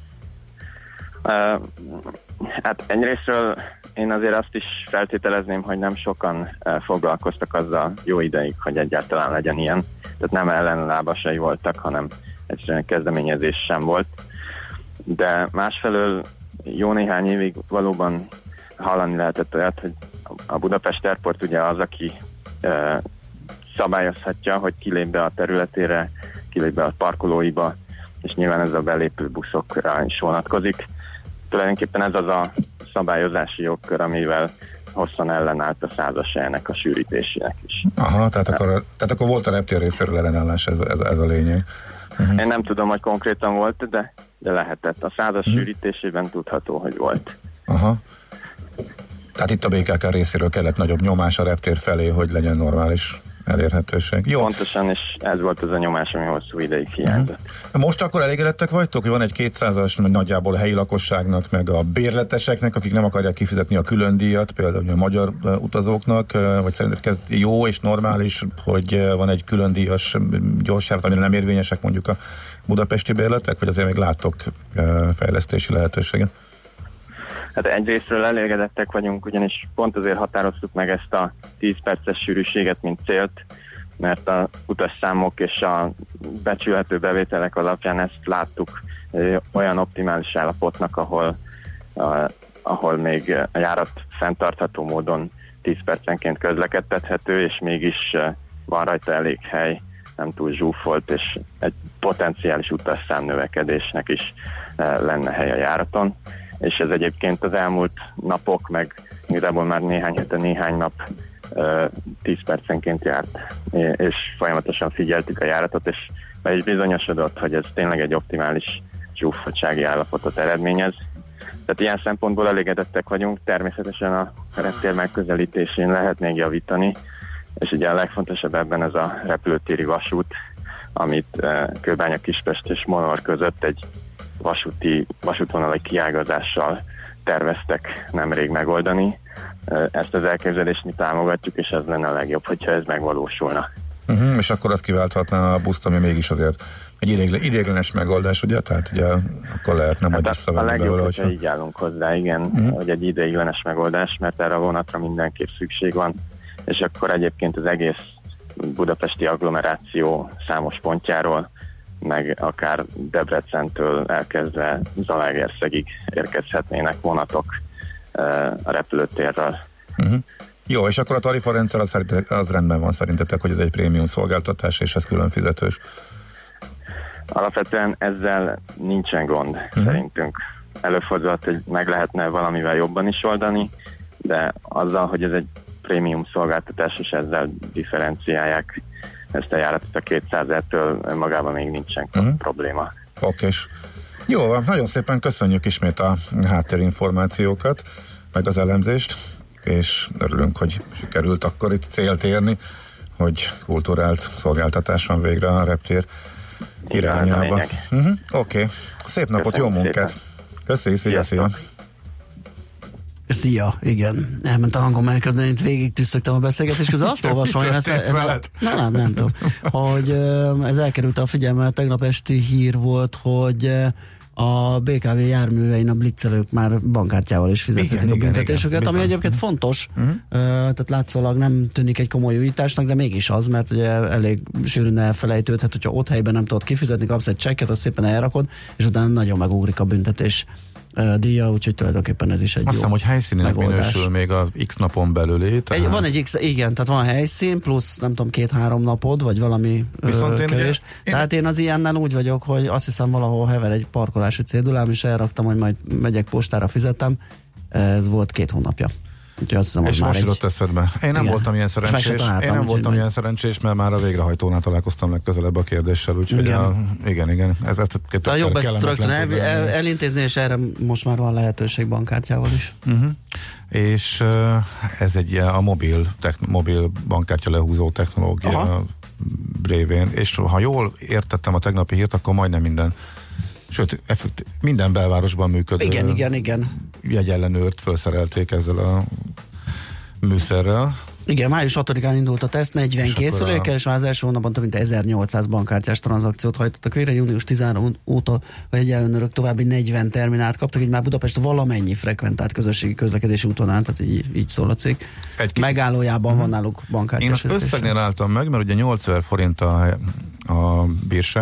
S12: Uh, hát egyrésztről én azért azt is feltételezném, hogy nem sokan uh, foglalkoztak azzal jó ideig, hogy egyáltalán legyen ilyen. Tehát nem ellenlábasai voltak, hanem egyszerűen kezdeményezés sem volt. De másfelől jó néhány évig valóban hallani lehetett olyat, hogy a Budapest Airport ugye az, aki e, szabályozhatja, hogy kilép be a területére, kilép be a parkolóiba, és nyilván ez a belépő buszokra is vonatkozik. Tulajdonképpen ez az a szabályozási jogkör, amivel hosszan ellenállt a százaselynek a sűrítésének is.
S13: Aha, tehát akkor, tehát akkor volt a reptér részéről ellenállás, ez, ez, ez a lényeg. Uh-huh.
S12: Én nem tudom, hogy konkrétan volt, de, de lehetett. A százas uh-huh. sűrítésében tudható, hogy volt.
S13: Aha. Tehát itt a bé ká ká részéről kellett nagyobb nyomás a reptér felé, hogy legyen normális elérhetőség. Jó.
S12: Pontosan, és ez volt az a nyomás, ami hosszú ideig hiányzott.
S13: Uh-huh. Most akkor elégedettek vagytok, hogy van egy kétszázas nagyjából helyi lakosságnak, meg a bérleteseknek, akik nem akarják kifizetni a külön díjat, például a magyar utazóknak, vagy szerinted ez jó és normális, hogy van egy külön díjas gyorsjárat, amire nem érvényesek mondjuk a budapesti bérletek, vagy azért még láttok fejlesztési lehetőséget?
S12: Hát egyrésztről elégedettek vagyunk, ugyanis pont azért határoztuk meg ezt a tíz perces sűrűséget, mint célt, mert a utasszámok és a becsülhető bevételek alapján ezt láttuk olyan optimális állapotnak, ahol, a, ahol még a járat fenntartható módon tíz percenként közlekedtethető, és mégis van rajta elég hely, nem túl zsúfolt, és egy potenciális utasszám növekedésnek is lenne hely a járaton. És ez egyébként az elmúlt napok, meg igazából már néhány hete, néhány nap tíz percenként járt, és folyamatosan figyeltük a járatot, és be is bizonyosodott, hogy ez tényleg egy optimális zsúfoltsági állapotot eredményez. Tehát ilyen szempontból elégedettek vagyunk, természetesen a reptér megközelítésén lehet még javítani, és ugye a legfontosabb ebben ez a repülőtéri vasút, amit Kőbánya-Kispest és Monor között egy vasúti, vasútvonalai kiágazással terveztek nemrég megoldani. Ezt az elképzelést mi támogatjuk, és ez lenne a legjobb, hogyha ez megvalósulna.
S13: Uh-huh, és akkor azt kiválthatná a buszt, ami mégis azért egy ideiglenes megoldás, ugye? Tehát ugye akkor lehetne majd
S12: hát
S13: visszavenni
S12: a legjobb,
S13: belőle,
S12: hogyha így állunk hozzá, igen, uh-huh. hogy egy ideiglenes megoldás, mert erre a vonatra mindenképp szükség van, és akkor egyébként az egész budapesti agglomeráció számos pontjáról, meg akár Debrecentől elkezdve Zalaegerszegig érkezhetnének vonatok a repülőtérről.
S13: Uh-huh. Jó, és akkor a tarifarendszer az, az rendben van szerintetek, hogy ez egy prémium szolgáltatás, és ez külön fizetős?
S12: Alapvetően ezzel nincsen gond, uh-huh. szerintünk. Előfordulhat, hogy meg lehetne valamivel jobban is oldani, de azzal, hogy ez egy prémium szolgáltatás, és ezzel differenciálják ezt a járatot a kétszáztől, magában még nincsen uh-huh. probléma.
S13: Okés. Jó van, nagyon szépen köszönjük ismét a háttérinformációkat, meg az elemzést, és örülünk, hogy sikerült akkor itt célt érni, hogy kulturált szolgáltatás van végre a reptér irányába. Uh-huh. Oké, okay. Szép napot, köszönöm, jó munkát! Köszi, szia, szia!
S4: Szia, igen. Elment a hangom, mert én itt végig tüsszögtem a beszélgetést, közben azt olvasom, hogy ez, ez a, nem, nem, nem tudom, hogy ez elkerült a figyelme, tegnap esti hír volt, hogy a bé ká vé járművein a blitzelők már bankkártyával is fizethetik igen, a büntetésüket, igen, ami egyébként fontos, uh-huh. uh, tehát látszólag nem tűnik egy komoly újításnak, de mégis az, mert ugye elég sűrűn elfelejtődhet, hogyha ott helyben nem tudod kifizetni, kapsz egy csekket, azt szépen elrakod, és utána nagyon megugrik a büntetés díja, úgyhogy tulajdonképpen ez is egy
S5: azt
S4: jó
S5: hiszem, hogy helyszínének minősül még a X napon belüli. Tehát...
S4: Egy, van egy X, igen, tehát van helyszín, plusz nem tudom, két-három napod, vagy valami
S5: Viszont én
S4: kevés.
S5: Én...
S4: Tehát én az ilyennel úgy vagyok, hogy azt hiszem valahol hever egy parkolási cédulám, és elraktam, hogy majd megyek postára, fizetem. Ez volt két hónapja. Úgyhogy azt hiszem,
S5: és most jutott eszedbe. Én nem
S4: igen.
S5: voltam ilyen szerencsés. Én nem voltam ilyen szerencsés, mert már a végrehajtónál találkoztam legközelebb a kérdéssel, úgyhogy igen, a, igen, igen. Ez, ezt
S4: szóval jobb ezt rögtön el, el, elintézni, és erre most már van lehetőség bankkártyával is.
S5: Uh-huh. És uh, ez egy a mobil, techn- mobil bankkártya lehúzó technológia aha. révén, és ha jól értettem a tegnapi hírt, akkor majdnem minden sőt, effektív, minden belvárosban működő
S4: igen, igen, igen.
S5: jegyellenőrt felszerelték ezzel a műszerrel.
S4: Igen, május hatodikán indult a teszt, negyven készülékkel, és már az első hónapban több mint ezernyolcszáz bankkártyás tranzakciót hajtottak végre. június tizenharmadika óta a jegyellenőrök további negyven terminált kaptak, így már Budapest valamennyi frekventált közösségi közlekedési útvonalán, tehát így, így szól a cég. Egy megállójában uh-huh. van náluk bankkártyás.
S5: Én az összegnél álltam meg, mert ugye nyolcezer forint a, a bírság,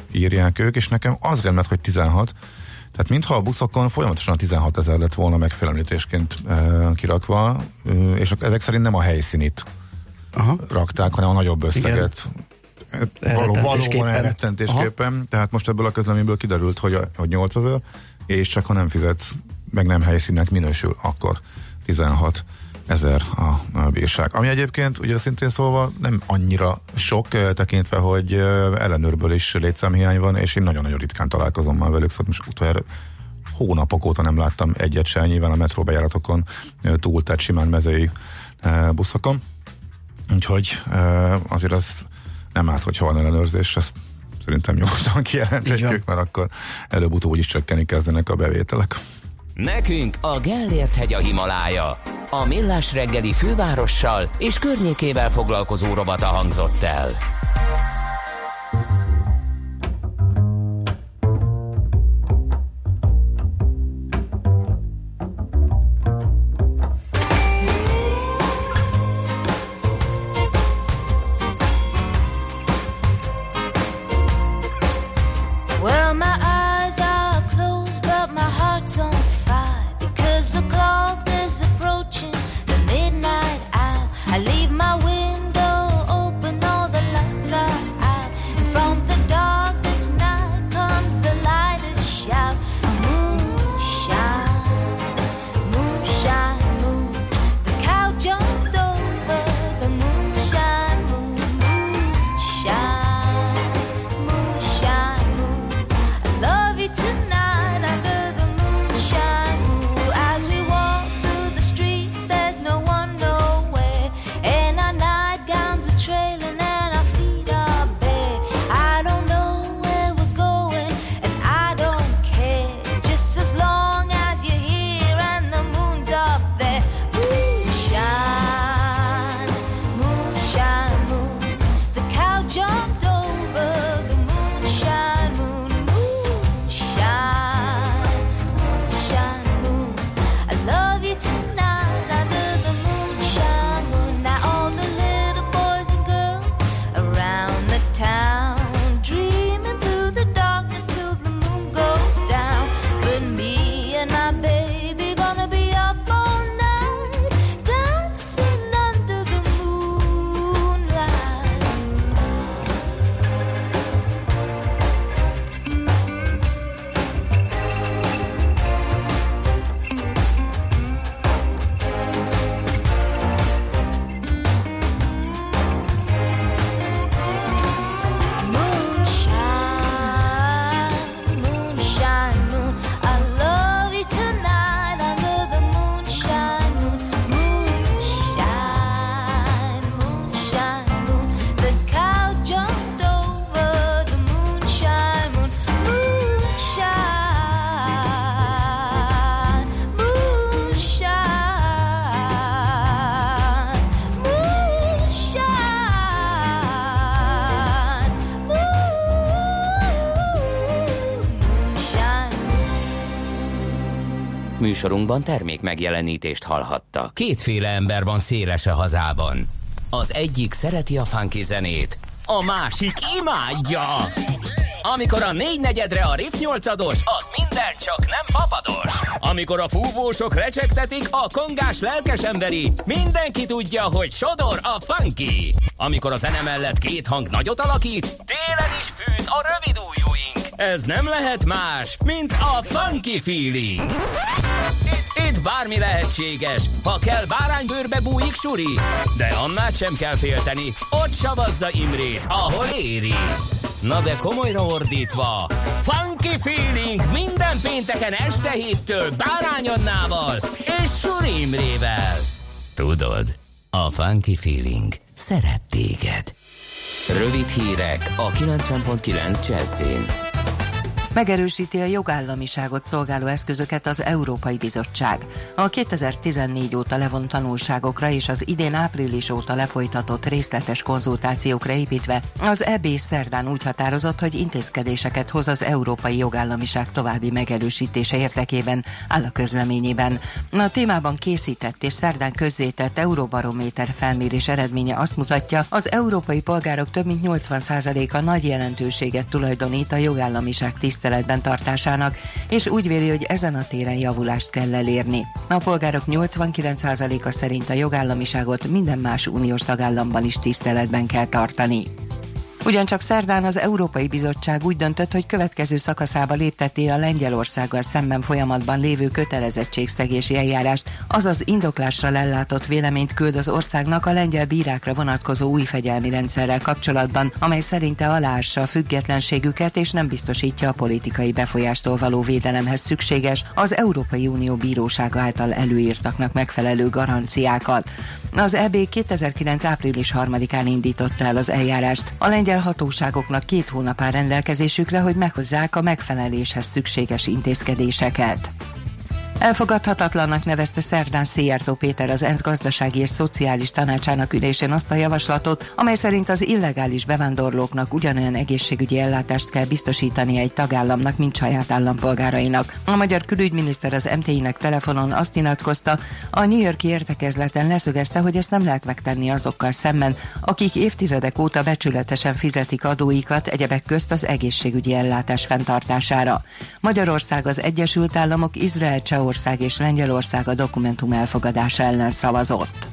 S5: írják ők, és nekem az rendelt, hogy tizenhat. Tehát mintha a buszokon folyamatosan a tizenhat ezer lett volna megfelelítésként e, kirakva, e, és ezek szerint nem a helyszínit Aha. rakták, hanem a nagyobb összeget. Való, valóban elrettentésképpen. Tehát most ebből a közleményből kiderült, hogy, a, hogy nyolcezer, és csak ha nem fizetsz, meg nem helyszínnek minősül, akkor tizenhat ezer a, a bírság. Ami egyébként, ugye szintén szólva nem annyira sok, tekintve, hogy ellenőrből is létszámhiány van, és én nagyon-nagyon ritkán találkozom már velük, szóval most utoljára hónapok óta nem láttam egyet se, nyilván a metróbejáratokon túl, tehát simán mezei buszokon. Úgyhogy azért az nem árt, hogyha van ellenőrzés, ezt szerintem nyugodtan kijelenthetjük, mert akkor előbb-utóbb is csökkenni kezdenek a bevételek.
S1: Nekünk a Gellért-hegy a Himalája. A Millás reggeli fővárossal és környékével foglalkozó rovata hangzott el. Műsorunkban termék megjelenítést hallhatta. Kétféle ember van széles a hazában. Az egyik szereti a funky zenét, a másik imádja. Amikor a négynegyedre a Riff nyolcados, az minden csak nem fapados. Amikor a fúvósok recsegtetik a kongás lelkesemberi, mindenki tudja, hogy sodor a funky. Amikor a zene mellett két hang nagyot alakít, télen is fűt a rövid ujjúink. Ez nem lehet más, mint a funky feeling. Itt, itt bármi lehetséges, ha kell báránybőrbe bújik suri, de annál sem kell félteni, ott savazza Imrét, ahol éri. Na de komolyra ordítva, funky feeling minden pénteken este héttől Bárány Annával és Suri Imrével. Tudod, a funky feeling szeret téged. Rövid hírek a kilencven pont kilenc Jazzin.
S3: Megerősíti a jogállamiságot szolgáló eszközöket az Európai Bizottság. A kétezer-tizennégy óta levont tanulságokra és az idén április óta lefolytatott részletes konzultációkra építve az é bé szerdán úgy határozott, hogy intézkedéseket hoz az európai jogállamiság további megerősítése érdekében, áll a közleményében. A témában készített és szerdán közzétett Euróbarométer felmérés eredménye azt mutatja, az európai polgárok több mint nyolcvan százaléka nagy jelentőséget tulajdonít a jogállamiság tiszteletben tartásának, és úgy véli, hogy ezen a téren javulást kell elérni. A polgárok nyolcvankilenc százaléka szerint a jogállamiságot minden más uniós tagállamban is tiszteletben kell tartani. Ugyancsak szerdán az Európai Bizottság úgy döntött, hogy következő szakaszába lépteti a Lengyelországgal szemben folyamatban lévő kötelezettségszegési eljárást, azaz indoklással ellátott véleményt küld az országnak a lengyel bírákra vonatkozó új fegyelmi rendszerrel kapcsolatban, amely szerinte aláássa a függetlenségüket és nem biztosítja a politikai befolyástól való védelemhez szükséges, az Európai Unió bírósága által előírtaknak megfelelő garanciákat. Az é bé kétezer-kilenc április harmadikán indította el az eljárást. A lengyel hatóságoknak két hónap áll rendelkezésükre, hogy meghozzák a megfeleléshez szükséges intézkedéseket. Elfogadhatatlannak nevezte szerdán Szijjártó Péter az ENSZ gazdasági és szociális tanácsának ülésén azt a javaslatot, amely szerint az illegális bevándorlóknak ugyanolyan egészségügyi ellátást kell biztosítani egy tagállamnak, mint saját állampolgárainak. A magyar külügyminiszter az em té i-nek telefonon azt nyilatkozta, a New York-i értekezleten leszögezte, hogy ezt nem lehet megtenni azokkal szemben, akik évtizedek óta becsületesen fizetik adóikat, egyebek közt az egészségügyi ellátás fenntartására. Magyarország, az Egyesült Államok, Izrael, Csehország és Lengyelország a dokumentum elfogadása ellen szavazott.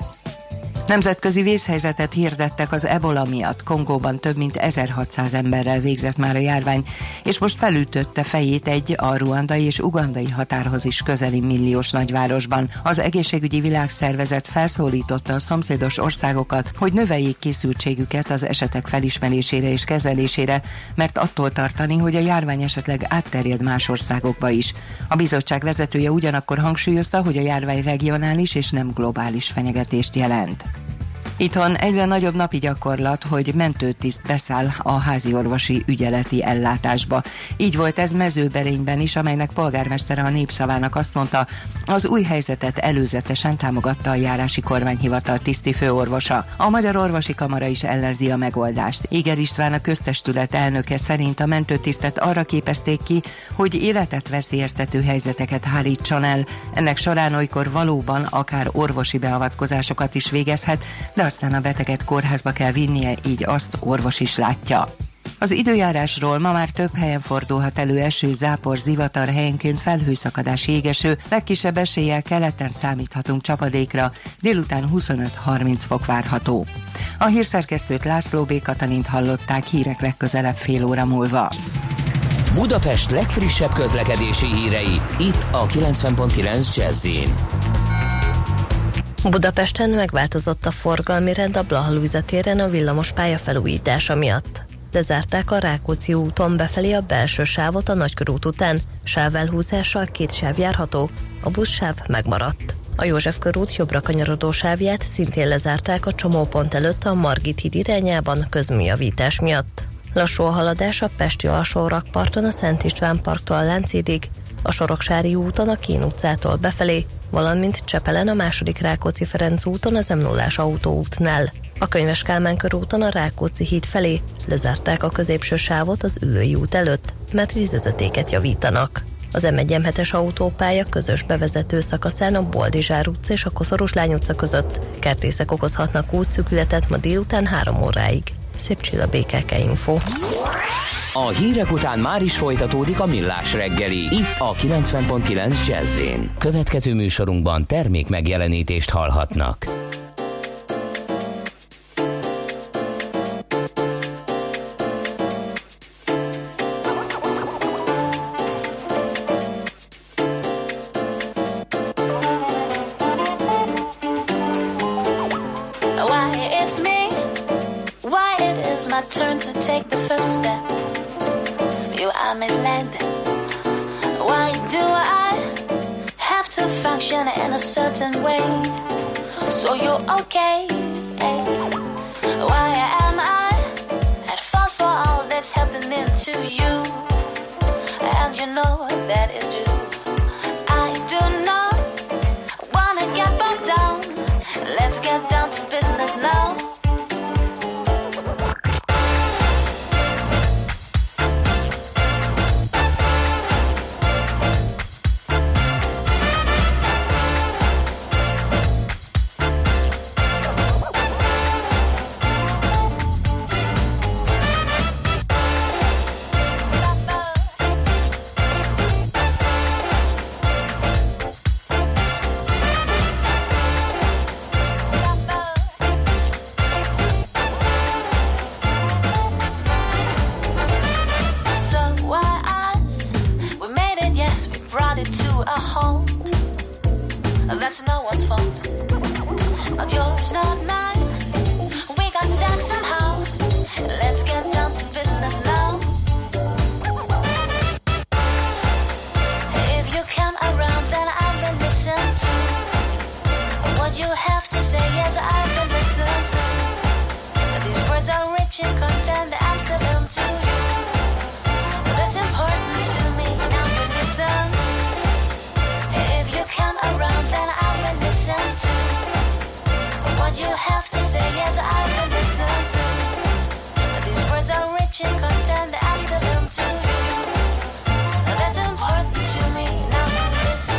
S3: Nemzetközi vészhelyzetet hirdettek az ebola miatt. Kongóban több mint ezerhatszáz emberrel végzett már a járvány, és most felütötte fejét egy a ruandai és ugandai határhoz is közeli milliós nagyvárosban. Az Egészségügyi Világszervezet felszólította a szomszédos országokat, hogy növeljék készültségüket az esetek felismerésére és kezelésére, mert attól tartani, hogy a járvány esetleg átterjed más országokba is. A bizottság vezetője ugyanakkor hangsúlyozta, hogy a járvány regionális és nem globális fenyegetést jelent. Itthon egyre nagyobb napi gyakorlat, hogy mentőtiszt beszáll a háziorvosi ügyeleti ellátásba. Így volt ez Mezőberényben is, amelynek polgármestere a Népszavának azt mondta, az új helyzetet előzetesen támogatta a járási kormányhivatal tiszti főorvosa. A Magyar Orvosi Kamara is ellenzi a megoldást. Éger István, a köztestület elnöke szerint a mentőtisztet arra képezték ki, hogy életet veszélyeztető helyzeteket hárítson el. Ennek során olykor valóban akár orvosi beavatkozásokat is végezhet, de aztán a beteget kórházba kell vinnie, így azt orvos is látja. Az időjárásról: ma már több helyen fordulhat elő eső, zápor, zivatar, helyenként felhőszakadás, jégeső, legkisebb eséllyel keleten számíthatunk csapadékra, délután huszonöt-harminc fok várható. A hírszerkesztőt, László B. Katalint hallották, hírek legközelebb fél óra múlva.
S1: Budapest legfrissebb közlekedési hírei, itt a kilencven pont kilenc Jazz-in.
S14: Budapesten megváltozott a forgalmi rend a Blaha Lujza téren a villamos pálya felújítása miatt. Lezárták a Rákóczi úton befelé a belső sávot a Nagykörút után, sávelhúzással két sáv járható, a buszsáv megmaradt. A József körút jobbra kanyarodó sávját szintén lezárták a csomópont előtt a Margit híd irányában közműjavítás miatt. Lassú a haladás a pesti alsórakparton a Szent István parktól a Lánchídig, a Soroksári úton a Kín utcától befelé, valamint Csepelen a második Rákóczi-Ferenc úton az em nullás autóútnál. A Könyves Kálmán körúton a Rákóczi híd felé lezárták a középső sávot az Üllői út előtt, mert vízvezetéket javítanak. Az em egy em hetes autópálya közös bevezető szakaszán a Boldizsár utca és a Koszorúslány utca között kertészek okozhatnak útszűkületet ma délután három óráig. Szép Csilla, bé ká ká Info.
S1: A hírek után már is folytatódik a Millás reggeli, itt a kilencven pont kilenc Jazz-in. Következő műsorunkban termék megjelenítést hallhatnak.
S15: Turn to take the first step. You are misled. Why do I have to function in a certain way? So you're okay. Why am I at fault for all that's happening to you? know that is true. I do not wanna get bogged down. Let's get down to business now. That's no one's fault. Not yours, not mine. We got stuck somehow. Let's get down to business now. If you come around, then I will listen to what you have to say. Yes, I will listen to. These words are rich in content. I'm still them to you. That's important to me. Now you listen. If you come around, then I will listen to what you have to say. Yes, I will listen to. These words are rich in content. I'm still them to you. That's important to me. Now listen.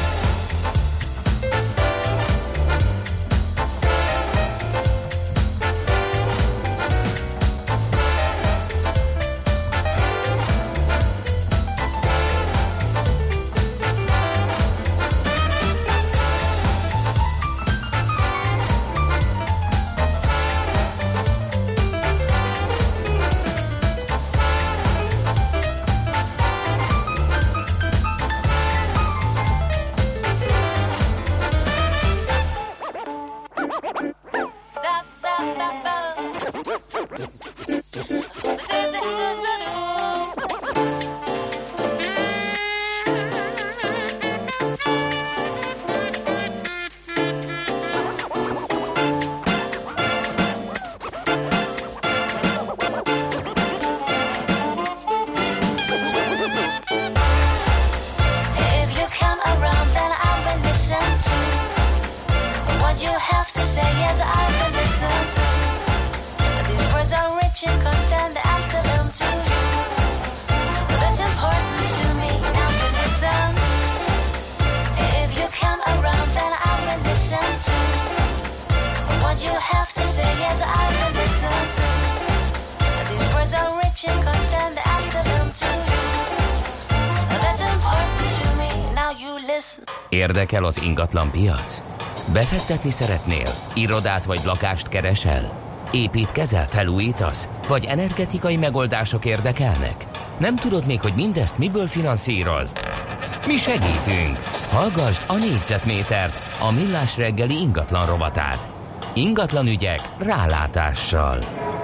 S1: Érdekel az ingatlan piac? Befektetni szeretnél? Irodát vagy lakást keresel? Építkezel, felújítasz? Vagy energetikai megoldások érdekelnek? Nem tudod még, hogy mindezt miből finanszírozd? Mi segítünk! Hallgasd a Négyzetmétert, a Millás reggeli ingatlan rovatát. Ingatlan ügyek rálátással.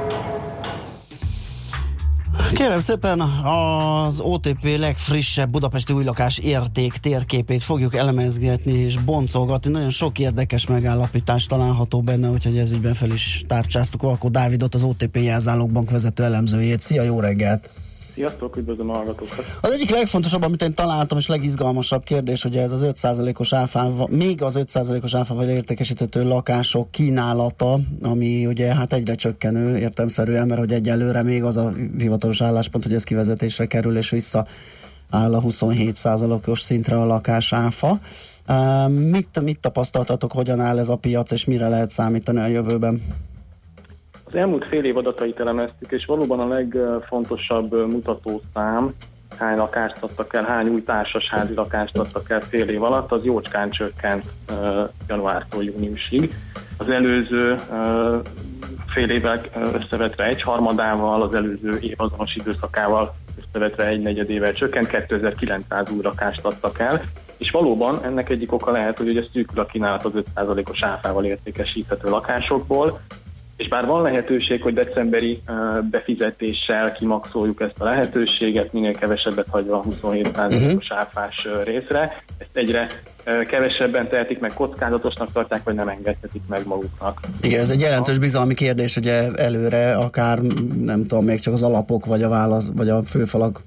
S4: Kérem szépen, az o té pé legfrissebb budapesti új lakás érték térképét fogjuk elemezgetni és boncolgatni. Nagyon sok érdekes megállapítás található benne, úgyhogy ez ügyben fel is tárcsáztuk Valkó Dávidot, az o té pé Jelzálogbank vezető elemzőjét. Szia, jó reggelt!
S16: Sziasztok, üdvözlöm a hallgatókat!
S4: Az egyik legfontosabb, amit én találtam, és legizgalmasabb kérdés, hogy ez az öt százalékos áfával, még az öt százalékos áfával értékesíthető lakások kínálata, ami ugye hát egyre csökkenő értelemszerűen, mert hogy egyelőre még az a hivatalos álláspont, hogy ez kivezetésre kerül, és vissza áll a huszonhét százalékos szintre a lakás áfa. Uh, mit, mit tapasztaltatok, hogyan áll ez a piac, és mire lehet számítani a jövőben?
S16: Az elmúlt fél év adatait elemeztük, és valóban a legfontosabb mutatószám, hány lakást adtak el, hány új társasházi lakást adtak el fél év alatt, az jócskán csökkent uh, januártól júniusig. Az előző uh, fél évvel összevetve egy harmadával, az előző év azonos időszakával összevetve egy negyedével csökkent, kétezer-kilencszáz új lakást adtak el, és valóban ennek egyik oka lehet, hogy ugye szűkül a kínálat az öt százalékos áfával értékesíthető lakásokból, és bár van lehetőség, hogy decemberi uh, befizetéssel kimaxoljuk ezt a lehetőséget, minél kevesebbet hagyva a huszonhét százalékos uh-huh. áfás uh, részre, ezt egyre uh, kevesebben tehetik meg, kockázatosnak tartják, vagy nem engedhetik meg maguknak.
S4: Igen, ez egy jelentős bizalmi kérdés, ugye előre akár nem tudom, még csak az alapok, vagy a válasz, vagy a főfalak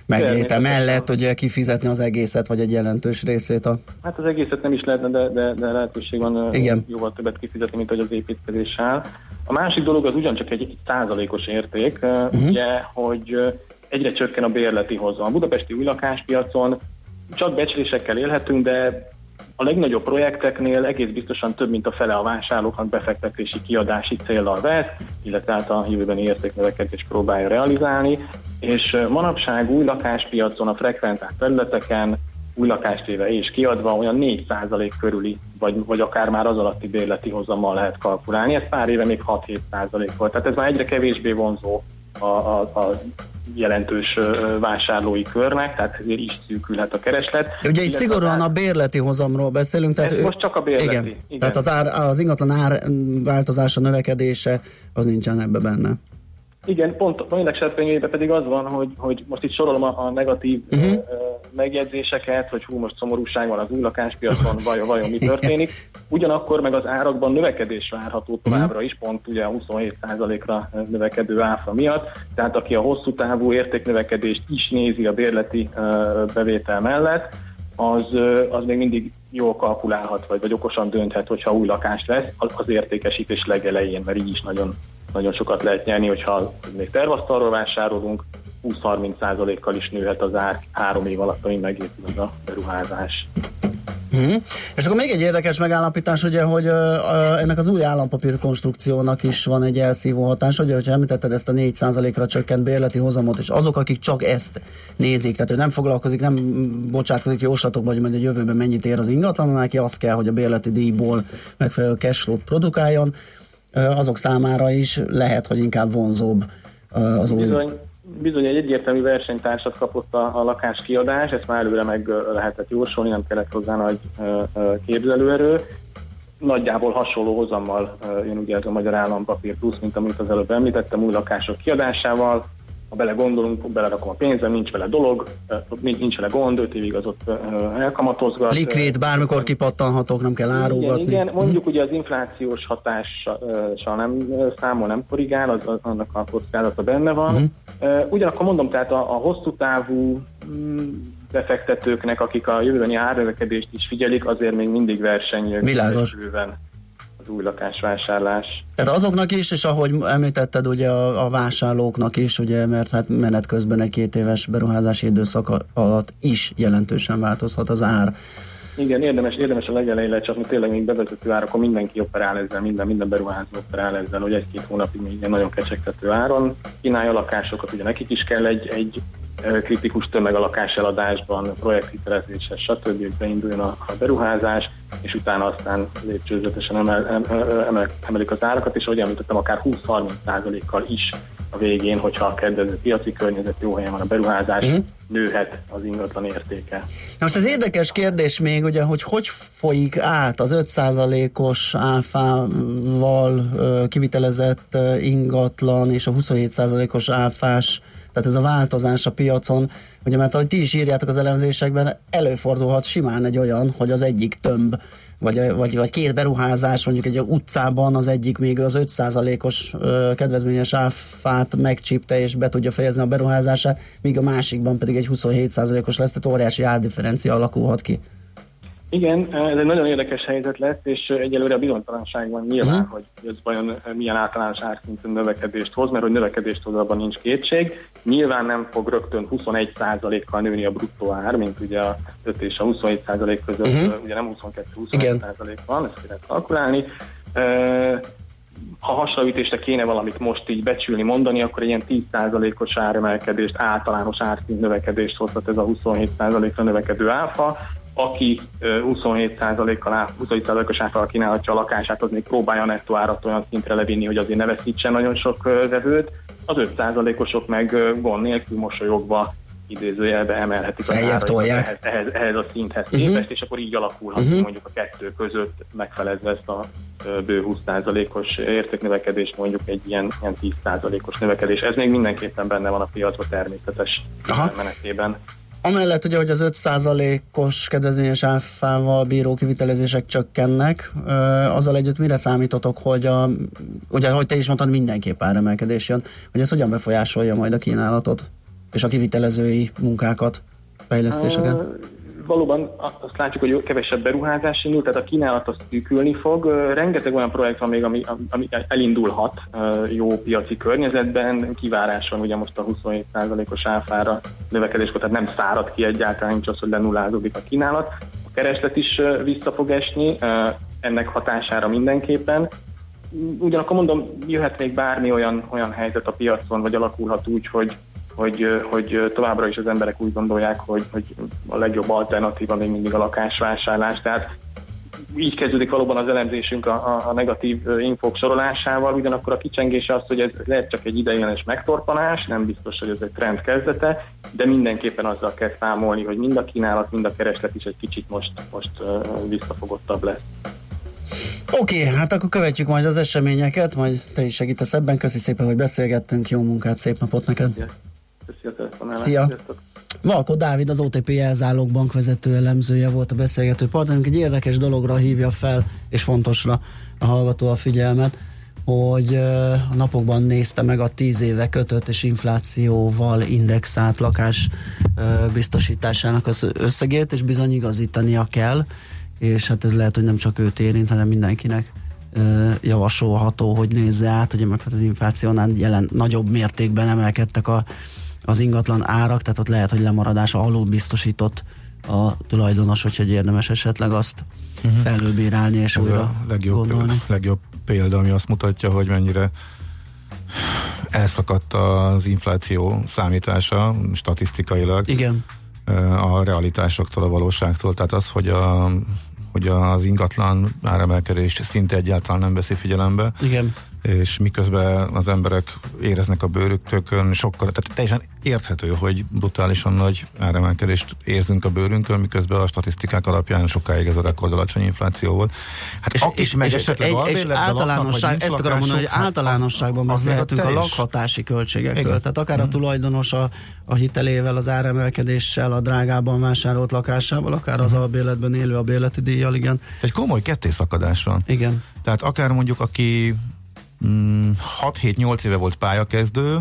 S4: megléte mellett ugye kifizetni az egészet, vagy egy jelentős részét a...
S16: Hát az egészet nem is lehetne, de, de, de lehetőség van
S4: Igen.
S16: jóval többet kifizetni, mint hogy az építkezés áll. A másik dolog az ugyancsak egy, egy százalékos érték, uh-huh. ugye, hogy egyre csökken a bérleti hozam. A budapesti új lakáspiacon csak becslésekkel élhetünk, de a legnagyobb projekteknél egész biztosan több, mint a fele a vásárlóknak befektetési kiadási céllal vesz, illetve hát a jövőbeni értéknövekedést próbálja realizálni, és manapság új lakáspiacon, a frekventált területeken új lakástéve és kiadva olyan négy százalék körüli, vagy, vagy akár már az alatti bérleti hozammal lehet kalkulálni. Ez pár éve még hat-hét százalék volt, tehát ez már egyre kevésbé vonzó a, a, a jelentős vásárlói körnek, tehát ezért is szűkülhet a kereslet.
S4: Ugye itt szigorúan a bérleti hozamról beszélünk. Tehát
S16: ez ő, most csak a bérleti.
S4: Igen, igen. Tehát az, ár, az ingatlan ár változása, növekedése, az nincsen ebbe benne.
S16: Igen, pont a indexeltvényében pedig az van, hogy, hogy most itt sorolom a, a negatív uh-huh. uh, megjegyzéseket, hogy hú, most szomorúság van az új lakáspiacon, vajon, vajon mi történik. Ugyanakkor meg az árakban növekedés várható továbbra is, pont ugye a huszonhét százalékra növekedő áfa miatt. Tehát aki a hosszú távú értéknövekedést is nézi a bérleti uh, bevétel mellett, az, uh, az még mindig jól kalkulálhat, vagy, vagy okosan dönthet, hogyha új lakás lesz az, az értékesítés legelején, mert így is nagyon nagyon sokat lehet nyerni, hogyha még tervasztalról vásárolunk, húsz-harminc százalékkal is nőhet az ár három év alatt, amíg megépül az a beruházás.
S4: Hmm. És akkor még egy érdekes megállapítás, ugye, hogy uh, ennek az új állampapír konstrukciónak is van egy elszívó hatás, ugye, hogyha említetted ezt a négy százalékra csökkent bérleti hozamot, és azok, akik csak ezt nézik, tehát ő nem foglalkozik, nem bocsátkozik jóslatokba, hogy majd a jövőben mennyit ér az ingatlan, neki az kell, hogy a bérleti díjból megfelelő cashflow-t produkáljon, azok számára is lehet, hogy inkább vonzóbb az új...
S16: Bizony, bizony egy egyértelmű versenytársat kapott a, a lakáskiadás, ezt már előre meg lehetett jósolni, nem kellett hozzá nagy képzelőerő. Nagyjából hasonló hozammal jön ugye ez a Magyar Állampapír Plusz, mint amit az előbb említettem, új lakások kiadásával. Ha bele gondolunk, belerakom a pénzem, nincs vele dolog, nincs vele gond, öt évig az ott elkamatozgat.
S4: Likvid, bármikor kipattanhatók, nem kell árugatni.
S16: Igen, igen, mondjuk ugye az inflációs hatással nem számol, nem korrigál, az, az, annak a kockázata benne van. Uh-huh. Ugyanakkor mondom, tehát a, a hosszú távú befektetőknek, akik a jövőbeni árnövekedést is figyelik, azért még mindig verseny.
S4: Világos.
S16: Az új lakásvásárlás.
S4: Tehát azoknak is, és ahogy említetted, ugye a, a vásárlóknak is, ugye, mert hát menet közben egy két éves beruházási időszak alatt is jelentősen változhat az ár.
S16: Igen, érdemes, érdemes a legelején lecsapni, tényleg még bevezető árakon mindenki operál ezzel, minden, minden beruházó operál ezzel, hogy egy-két hónapig még ilyen nagyon kecsegtető áron kínálja a lakásokat, ugye nekik is kell egy, egy kritikus tömeg a lakáseladásban, projekthitelezéshez, stb. Hogy beinduljon a, a beruházás, és utána aztán lépcsőzetesen emel, emel, emelik az árakat, és ahogy említettem, akár húsz-harminc százalékkal is a végén, hogyha a kedvező piaci környezet, jó helyen van a beruházás, uh-huh. nőhet az ingatlan értéke.
S4: Na most az érdekes kérdés még, ugye, hogy hogy folyik át az öt százalékos áfával kivitelezett ingatlan és a huszonhét százalékos áfás, tehát ez a változás a piacon, ugye, mert ahogy ti is írjátok az elemzésekben, előfordulhat simán egy olyan, hogy az egyik tömb, vagy, vagy, vagy két beruházás, mondjuk egy utcában az egyik még az öt százalékos kedvezményes áfát megcsípte és be tudja fejezni a beruházását, míg a másikban pedig egy huszonhét százalékos lesz, tehát óriási árdifferencia alakulhat ki.
S16: Igen, ez egy nagyon érdekes helyzet lesz, és egyelőre a bizonytalanság van nyilván, uh-huh. hogy ez vajon milyen általános árszintű növekedést hoz, mert hogy növekedést hoz, abban nincs kétség. Nyilván nem fog rögtön huszonegy százalékkal nőni a bruttó ár, mint ugye a öt és a huszonhét százalék között, uh-huh. ugye nem huszonkettő-huszonegy százalék van, ezt lehet kalkulálni. Ha hasonlítésre kéne valamit most így becsülni, mondani, akkor egy ilyen tíz százalékos áremelkedést, általános árszint növekedést hozhat ez a huszonhét százalékra növekedő áfa. Aki huszonhét százalékkal, huszonhét százalékos áfával kínálhatja a lakását, az még próbálja a nettó árat olyan szintre levinni, hogy azért ne veszítsen nagyon sok vevőt. Az öt százalékosok meg gond nélkül mosolyogva idézőjelbe emelhetik az árat ehhez, ehhez, ehhez a szinthez képest, uh-huh. és akkor így alakulhat uh-huh. mondjuk a kettő között megfelezve ezt a bő húsz százalékos értéknövekedést, mondjuk egy ilyen, ilyen tíz százalékos növekedés. Ez még mindenképpen benne van a piacban természetes Aha. menetében.
S4: Amellett ugye, hogy az öt százalékos kedvezményes áfával bíró kivitelezések csökkennek, azzal együtt mire számítotok, hogy a, ugye, ahogy te is mondtad, mindenképp áremelkedés jön, hogy ez hogyan befolyásolja majd a kínálatot? és a kivitelezői munkákat, fejlesztéseket?
S16: Uh, valóban azt látjuk, hogy kevesebb beruházás indul, tehát a kínálat az szűkülni fog. Rengeteg olyan projekt van még, ami, ami elindulhat jó piaci környezetben. Kivárás van ugye most a huszonhét százalékos áfára növekedéskor, tehát nem szárad ki egyáltalán, nincs az, hogy lenullázódik a kínálat. A kereslet is vissza fog esni, ennek hatására mindenképpen. Ugyanakkor mondom, jöhet még bármi olyan, olyan helyzet a piacon, vagy alakulhat úgy, hogy Hogy, hogy továbbra is az emberek úgy gondolják, hogy, hogy a legjobb alternatíva még mindig a lakásvásárlás. Tehát így kezdődik valóban az elemzésünk a, a, a negatív infók sorolásával, ugyanakkor a kicsengése az, hogy ez lehet csak egy ideiglenes megtorpanás, nem biztos, hogy ez egy trend kezdete, de mindenképpen azzal kell számolni, hogy mind a kínálat, mind a kereslet is egy kicsit most, most visszafogottabb lesz.
S4: Oké, okay, hát akkor követjük majd az eseményeket, majd te is segítesz ebben. Köszi szépen, hogy beszélgettünk, jó munkát, szép napot neked!
S16: Köszi a telefonálást.
S4: Szia! Valkó Dávid, az o té pé Jelzálog bank vezető elemzője volt a beszélgető partnerünk. Egy érdekes dologra hívja fel, és fontosra a hallgató a figyelmet, hogy a napokban nézte meg a tíz éve kötött és inflációval indexált lakás biztosításának az összegét, és bizony igazítania kell, és hát ez lehet, hogy nem csak őt érint, hanem mindenkinek javasolható, hogy nézze át, hogy meg az inflációnál jelen nagyobb mértékben emelkedtek a az ingatlan árak, tehát ott lehet, hogy lemaradás alul biztosított a tulajdonos, úgyhogy érdemes esetleg azt uh-huh. felülbírálni és ez újra
S5: a legjobb,
S4: gondolni.
S5: legjobb példa, ami azt mutatja, hogy mennyire elszakadt az infláció számítása statisztikailag.
S4: Igen.
S5: A realitásoktól, a valóságtól. Tehát az, hogy a hogy az ingatlan áremelkedést szinte egyáltalán nem veszi figyelembe.
S4: Igen.
S5: És miközben az emberek éreznek a bőrüktökön, sokkal, tehát teljesen érthető, hogy brutálisan nagy áremelkedést érzünk a bőrünkön, miközben a statisztikák alapján sokáig ez a rekordalacsony infláció volt. Hát
S4: és, és, meg és, egy, és általánosság, laknak, ezt akarom mondani, hogy hát általánosságban beszélhetünk a lakhatási költségekről. Igen. Tehát akár a tulajdonos a, a hitelével, az áremelkedéssel, a drágában vásárolt lakásával, akár az albérletben élő a bérleti díjjal, igen.
S5: Egy komoly kettészakadás van.
S4: Igen.
S5: Tehát akár mondjuk, aki hat-hét-nyolc éve volt pályakezdő,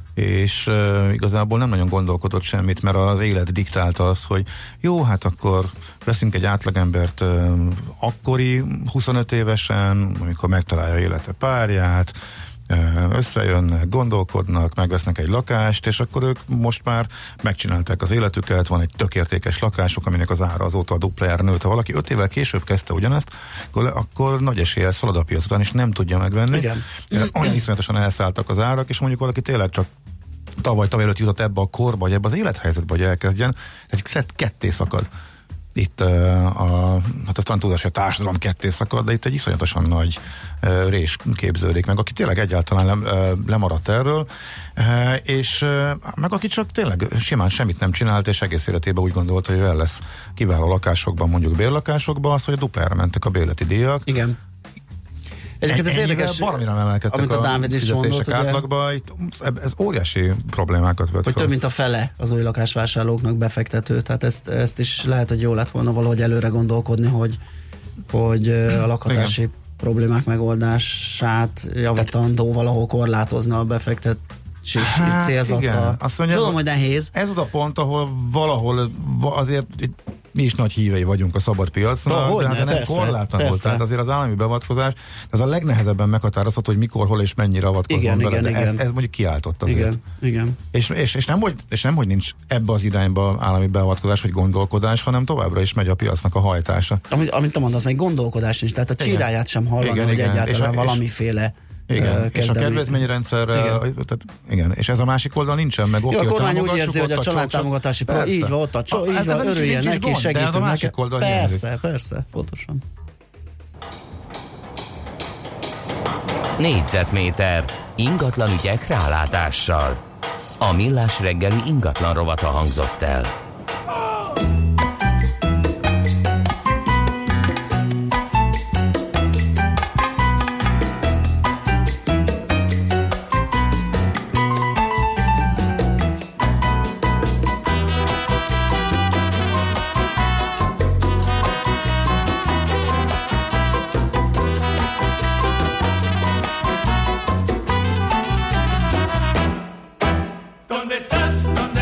S5: és uh, igazából nem nagyon gondolkodott semmit, mert az élet diktálta az, hogy jó, hát akkor veszünk egy átlagembert uh, akkori huszonöt évesen, amikor megtalálja élete párját, uh, összejönnek, gondolkodnak, megvesznek egy lakást, és akkor ők most már megcsinálták az életüket, van egy tökértékes lakásuk, aminek az ára azóta a duplájára nőtt. Ha valaki öt évvel később kezdte ugyanezt, akkor, akkor nagy eséllyel szalad a piacon, és nem tudja megvenni.
S4: Igen.
S5: Olyan iszonyatosan elszálltak az árak, és mondjuk valaki tényleg csak tavaly tavaly előtt jutott ebbe a korba, vagy ebbe az élethelyzetbe, hogy elkezdjen, tehát ketté szakad. Itt uh, a, hát aztán tudás, hogy a társadalom ketté szakad, de itt egy iszonyatosan nagy uh, rés képződik meg, aki tényleg egyáltalán lem, uh, lemaradt erről, uh, és uh, meg aki csak tényleg simán semmit nem csinált, és egész életében úgy gondolt, hogy el lesz kiváló lakásokban, mondjuk bérlakásokban, az, hogy a duplára mentek a bérleti díjak.
S4: Igen. Egyébként ez érdekes,
S5: baromira emelkedtek
S4: amit a, a Dávid is mondott,
S5: átlagba, itt, ez óriási problémákat vet
S4: hogy
S5: fel.
S4: Több mint a fele az új lakásvásárlóknak befektető, tehát ezt, ezt is lehet, hogy jó lett volna valahogy előre gondolkodni, hogy, hogy a lakhatási igen. problémák megoldását javítandó valahol korlátozna a befektetési hát, célzattal. Tudom, hogy nehéz.
S5: Ez az a pont, ahol valahol azért mi is nagy hívei vagyunk a szabad piacnak, de hát nem korlátlanul. Tehát azért az állami beavatkozás, ez a legnehezebben meghatározható, hogy mikor, hol és mennyire avatkozom bele.
S4: Igen,
S5: ez, ez mondjuk kiáltott azért.
S4: Igen, igen.
S5: És, és, és, nem, hogy, és nem, hogy nincs ebbe az irányba állami beavatkozás vagy gondolkodás, hanem továbbra is megy a piacnak a hajtása.
S4: Amit, amit te mondasz, meg gondolkodás nincs, tehát a csiráját sem hallani, igen, hogy igen. egyáltalán és, valamiféle
S5: igen, és a kedvezményrendszerre, tehát igen, és ez a másik oldal nincsen meg.
S4: Jó, a kormány úgy érzi, hogy a családtámogatási program, így van, ott a csó, így van, örüljen neki, segítünk
S5: a másik oldal
S4: persze, persze, pontosan.
S1: Négyzetméter ingatlan ügyek rálátással. A Millás reggeli ingatlan rovata hangzott el.
S8: ¿Dónde estás? ¿Dónde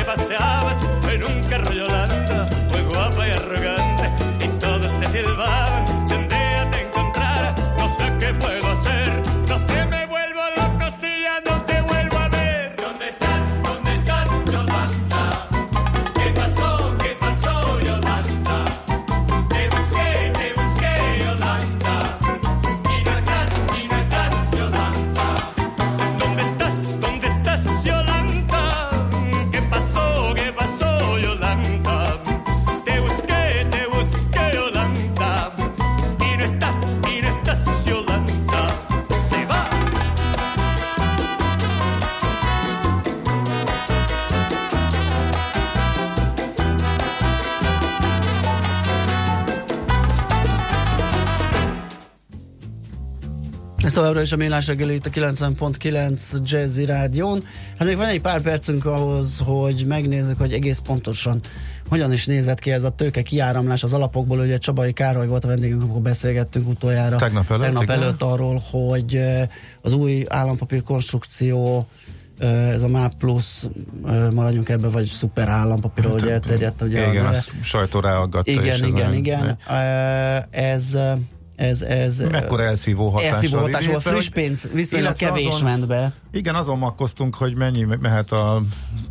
S17: paseabas en un carro Yolanda, muy guapa y arrogante, y todos te silbaban. Si un día te encontrara, no sé qué puedo hacer, no sé, me vuelvo loco si ya no te vuelvo a ver. ¿Dónde estás? ¿Dónde estás, Yolanda? ¿Qué pasó? ¿Qué pasó, Yolanda? Te busqué, te busqué, Yolanda, y no estás, y no estás, Yolanda. ¿Dónde estás? ¿Dónde estás, Yolanda? ¿Qué pasó? ¿Qué pasó, Yolanda? Te busqué, te busqué, Yolanda, y no estás, y no estás, Yolanda. Se va.
S4: Ez továbbra is a Millás reggeli itt a kilencven pont kilenc Jazzy Rádión. Hát még van egy pár percünk ahhoz, hogy megnézzük, hogy egész pontosan hogyan is nézett ki ez a tőke kiáramlás az alapokból. Ugye Csabai Károly volt a vendégünk, amikor beszélgettünk utoljára
S5: Tegnap előtt,
S4: tegnap
S5: igen.
S4: előtt arról, hogy eh, az új állampapír konstrukció, eh, ez a MÁP plusz, eh, maradjunk ebbe, vagy szuper állampapírról, ugye elterjedt. Ugye
S5: Igen,
S4: a-
S5: az sajtó ráaggatta.
S4: igen,
S5: és
S4: igen,
S5: ez
S4: igen. Eh, Ez ez, ez
S5: mekkora elszívó hatással.
S4: elszívó hatású, a
S5: illetve,
S4: friss
S5: hogy-
S4: pénz viszonylag
S5: illetve
S4: kevés
S5: azon-
S4: ment be.
S5: Igen, azon makkoztunk, hogy mennyi mehet a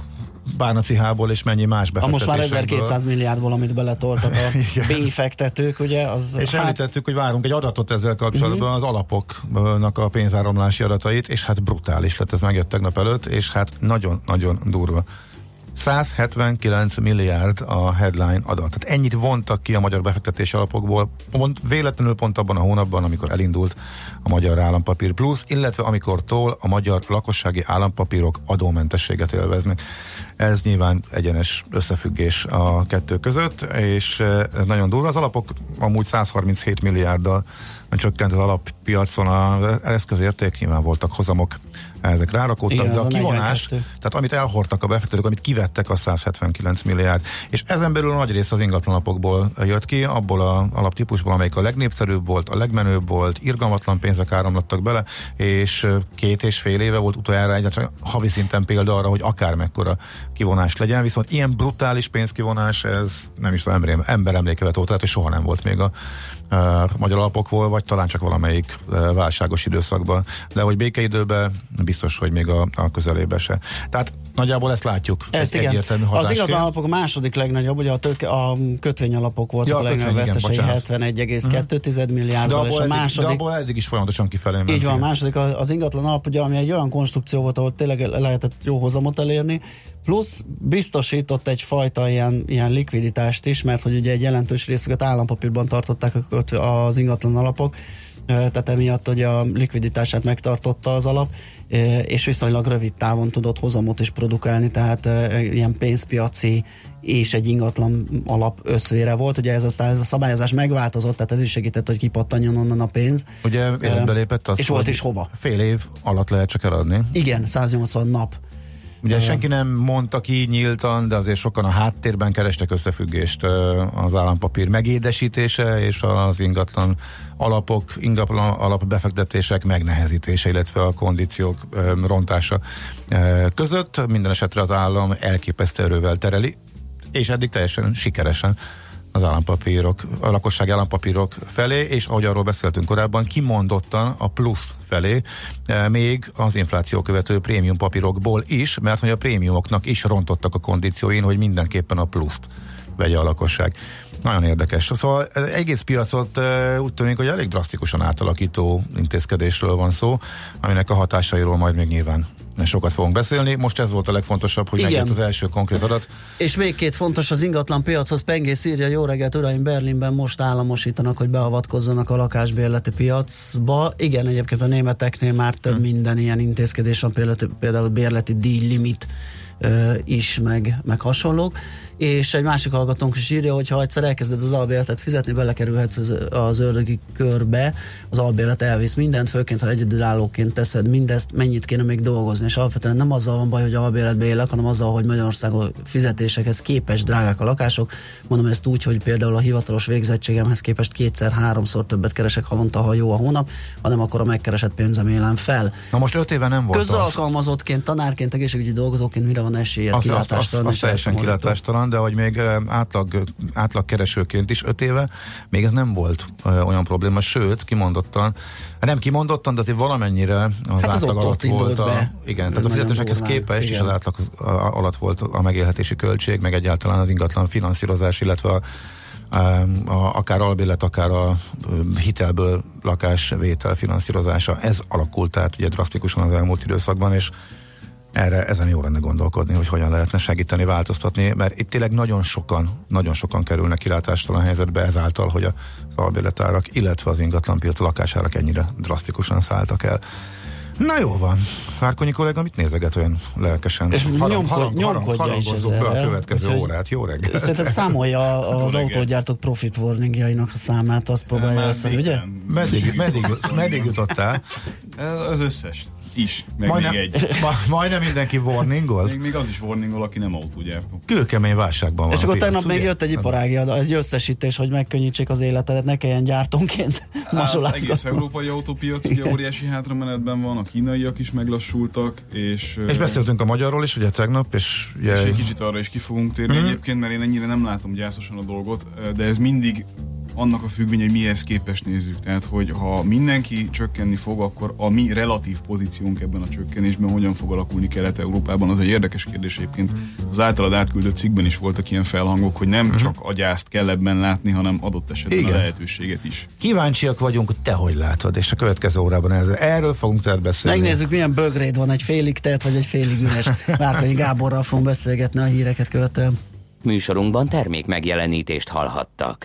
S5: Bárnacihából és mennyi más
S4: A
S5: befektetésekből.
S4: most már ezerkétszáz milliárdból, amit beletoltak a B-fektetők, ugye? Az,
S5: És
S4: hát,
S5: említettük, hogy várunk egy adatot ezzel kapcsolatban, uh-huh. az alapoknak a pénzáramlási adatait, és hát brutális lett, ez megjött tegnap előtt, és hát nagyon-nagyon durva. száz hetvenkilenc milliárd a headline adat. Tehát ennyit vontak ki a magyar befektetési alapokból, pont, véletlenül pont abban a hónapban, amikor elindult a Magyar Állampapír Plusz, illetve amikortól a magyar lakossági állampapírok adómentességet élveznek. Ez nyilván egyenes összefüggés a kettő között, és ez nagyon durva. Az alapok amúgy száz harminchét milliárddal csökkent az alappiacon az eszközérték, nyilván voltak hozamok, ezek rárakódtak,
S4: igen,
S5: de a
S4: az a
S5: kivonás,
S4: negyvenkettő.
S5: tehát amit elhordtak a befektetők, amit kivettek, a száz hetvenkilenc milliárd. És ezen belül a nagy rész az ingatlanalapokból jött ki, abból az alaptípusból, amelyik a legnépszerűbb volt, a legmenőbb volt, irgalmatlan pénzek áramlattak bele, és két és fél éve volt utoljára egyáltalán havi szinten példa arra, hogy akár mekkora kivonás legyen, viszont ilyen brutális pénzkivonás, ez nem is tudom, ember emlékevet óta, tehát hogy soha nem volt még a Uh, magyar alapokból, vagy talán csak valamelyik uh, válságos időszakban, de hogy békeidőben biztos, hogy még a, a közelébe se. Tehát nagyjából ezt látjuk.
S4: Ezt
S5: egy
S4: igen. Az ingatlan alapok a második legnagyobb, ugye a, tőke, a kötvényalapok voltak
S5: ja,
S4: a legnagyobb vesztesei, hetvenegy egész kettő
S5: uh-huh.
S4: milliárdból, és a
S5: eddig,
S4: második...
S5: De abból eddig is folyamatosan kifelé ment.
S4: Így van, a második az ingatlan alap, ugye, ami egy olyan konstrukció volt, ahol tényleg lehetett jó hozamot elérni, plusz biztosított egyfajta ilyen, ilyen likviditást is, mert hogy ugye egy jelentős részüket állampapírban tartották az ingatlan alapok, tehát emiatt ugye a likviditását megtartotta az alap, és viszonylag rövid távon tudott hozamot is produkálni, tehát ilyen pénzpiaci és egy ingatlan alap összvére volt. Ugye ez a, ez a szabályozás megváltozott, tehát ez is segített, hogy kipattanjon onnan a pénz.
S5: Ugye életbe lépett az,
S4: és volt is hova.
S5: Fél év alatt lehet csak eladni.
S4: Igen, száznyolcvan nap.
S5: Ugye uh, senki nem mondta ki nyíltan, de azért sokan a háttérben kerestek összefüggést az állampapír megédesítése és az ingatlan alapok, ingatlan alapbefektetések megnehezítése, illetve a kondíciók rontása között. Minden esetre az állam elképesztő erővel tereli, és eddig teljesen sikeresen az állampapírok, a lakosság állampapírok felé, és ahogy arról beszéltünk korábban, kimondottan a plusz felé, e, még az infláció követő prémium papírokból is, mert hogy a prémiumoknak is rontottak a kondícióin, hogy mindenképpen a pluszt vegye a lakosság. Nagyon érdekes. Szóval egész piacot e, úgy tűnik, hogy elég drasztikusan átalakító intézkedésről van szó, aminek a hatásairól majd még nyilván sokat fogunk beszélni. Most ez volt a legfontosabb, hogy megjött az első konkrét adat.
S4: És még két fontos az ingatlan piachoz. Pengész írja, jó reggelt, uraim, Berlinben most államosítanak, hogy beavatkozzanak a lakásbérleti piacba. Igen, egyébként a németeknél már több hmm. minden ilyen intézkedés van, például, például bérleti díjlimit uh, is, meg, meg hasonlók. És egy másik hallgatónk is írja, hogy ha egyszer elkezded az albérletet fizetni, belekerülhetsz az, az ördögi körbe, az albérlet elvisz mindent, főként ha egyedülállóként teszed mindezt, mennyit kéne még dolgozni, és alapvetően nem azzal van baj, hogy albérletbe élek, hanem azzal, hogy Magyarországon fizetésekhez képest drágák a lakások. Mondom ezt úgy, hogy például a hivatalos végzettségemhez képest kétszer-háromszor többet keresek havonta, ha jó a hónap, hanem akkor a megkeresett pénzem élem fel.
S5: Na most öt éve nem volt
S4: közalkalmazottként, tanárként, egészségügyi dolgozóként mire van van esélye,
S5: az,
S4: kilátástalan.
S5: Az, az, az teljesen kilátástalan, de hogy még átlag, átlag keresőként is öt éve, még ez nem volt olyan probléma, sőt, kimondottan, nem kimondottan, de azért valamennyire az
S4: hát
S5: átlag
S4: az
S5: alatt volt. A, igen, tehát a fizetésekhez képest
S4: igen.
S5: is az átlag alatt volt a megélhetési költség, meg egyáltalán az ingatlan finanszírozás, illetve a A, a, akár albérlet, akár a hitelből lakásvétel finanszírozása, ez alakult át ugye drasztikusan az elmúlt időszakban, és erre ezen jó lenne gondolkodni, hogy hogyan lehetne segíteni, változtatni, mert itt tényleg nagyon sokan, nagyon sokan kerülnek kilátástalan helyzetbe ezáltal, hogy az albérletárak, illetve az ingatlanpiac, a lakásárak ennyire drasztikusan szálltak el. Na jó van. Várkonyi kolléga mit nézeget olyan lelkesen?
S4: És nyomkodja is ezzel.
S5: Be a következő órát. Jó reggelt.
S4: Szerintem számolja az autógyártók profit warningjainak a számát, azt próbálja össze, ugye?
S5: Meddig, meddig, meddig jutottál?
S18: Az összes is, meg
S5: majdnem,
S18: még egy.
S5: Ma, majdnem mindenki warningol?
S18: Még, még az is warningol, aki nem autógyártó.
S5: Kőkemény válságban van.
S4: És akkor tegnap még jött egy iparági, egy összesítés, hogy megkönnyítsék az életedet, ne kelljen gyártónként masolázgatni.
S18: Az egész európai autópiac ugye óriási hátramenetben van, a kínaiak is meglassultak, és...
S5: És beszéltünk a magyarról is, ugye tegnap, és...
S18: És egy kicsit arra is ki fogunk térni mm-hmm. egyébként, mert én ennyire nem látom gyászosan a dolgot, de ez mindig annak a függvény, hogy mihez képest nézzük. Tehát, hogy ha mindenki csökkenni fog, akkor a mi relatív pozíciónk ebben a csökkenésben hogyan fog alakulni Kelet-Európában, az egy érdekes kérdés egyébként. Az általad átküldött cikkben is voltak ilyen felhangok, hogy nem uh-huh. csak a gyászt kell ebben látni, hanem adott esetben igen. a lehetőséget is.
S5: Kíváncsiak vagyunk, hogy te hogy látod, és a következő órában ez, erről fogunk tehát beszélni.
S4: Megnézzük, milyen bögréd van, egy félig telt, vagy egy félig üres. Várkonyi Gáborral fogunk beszélgetni a híreket követően.
S1: Műsorunkban termék megjelenítést hallhattak.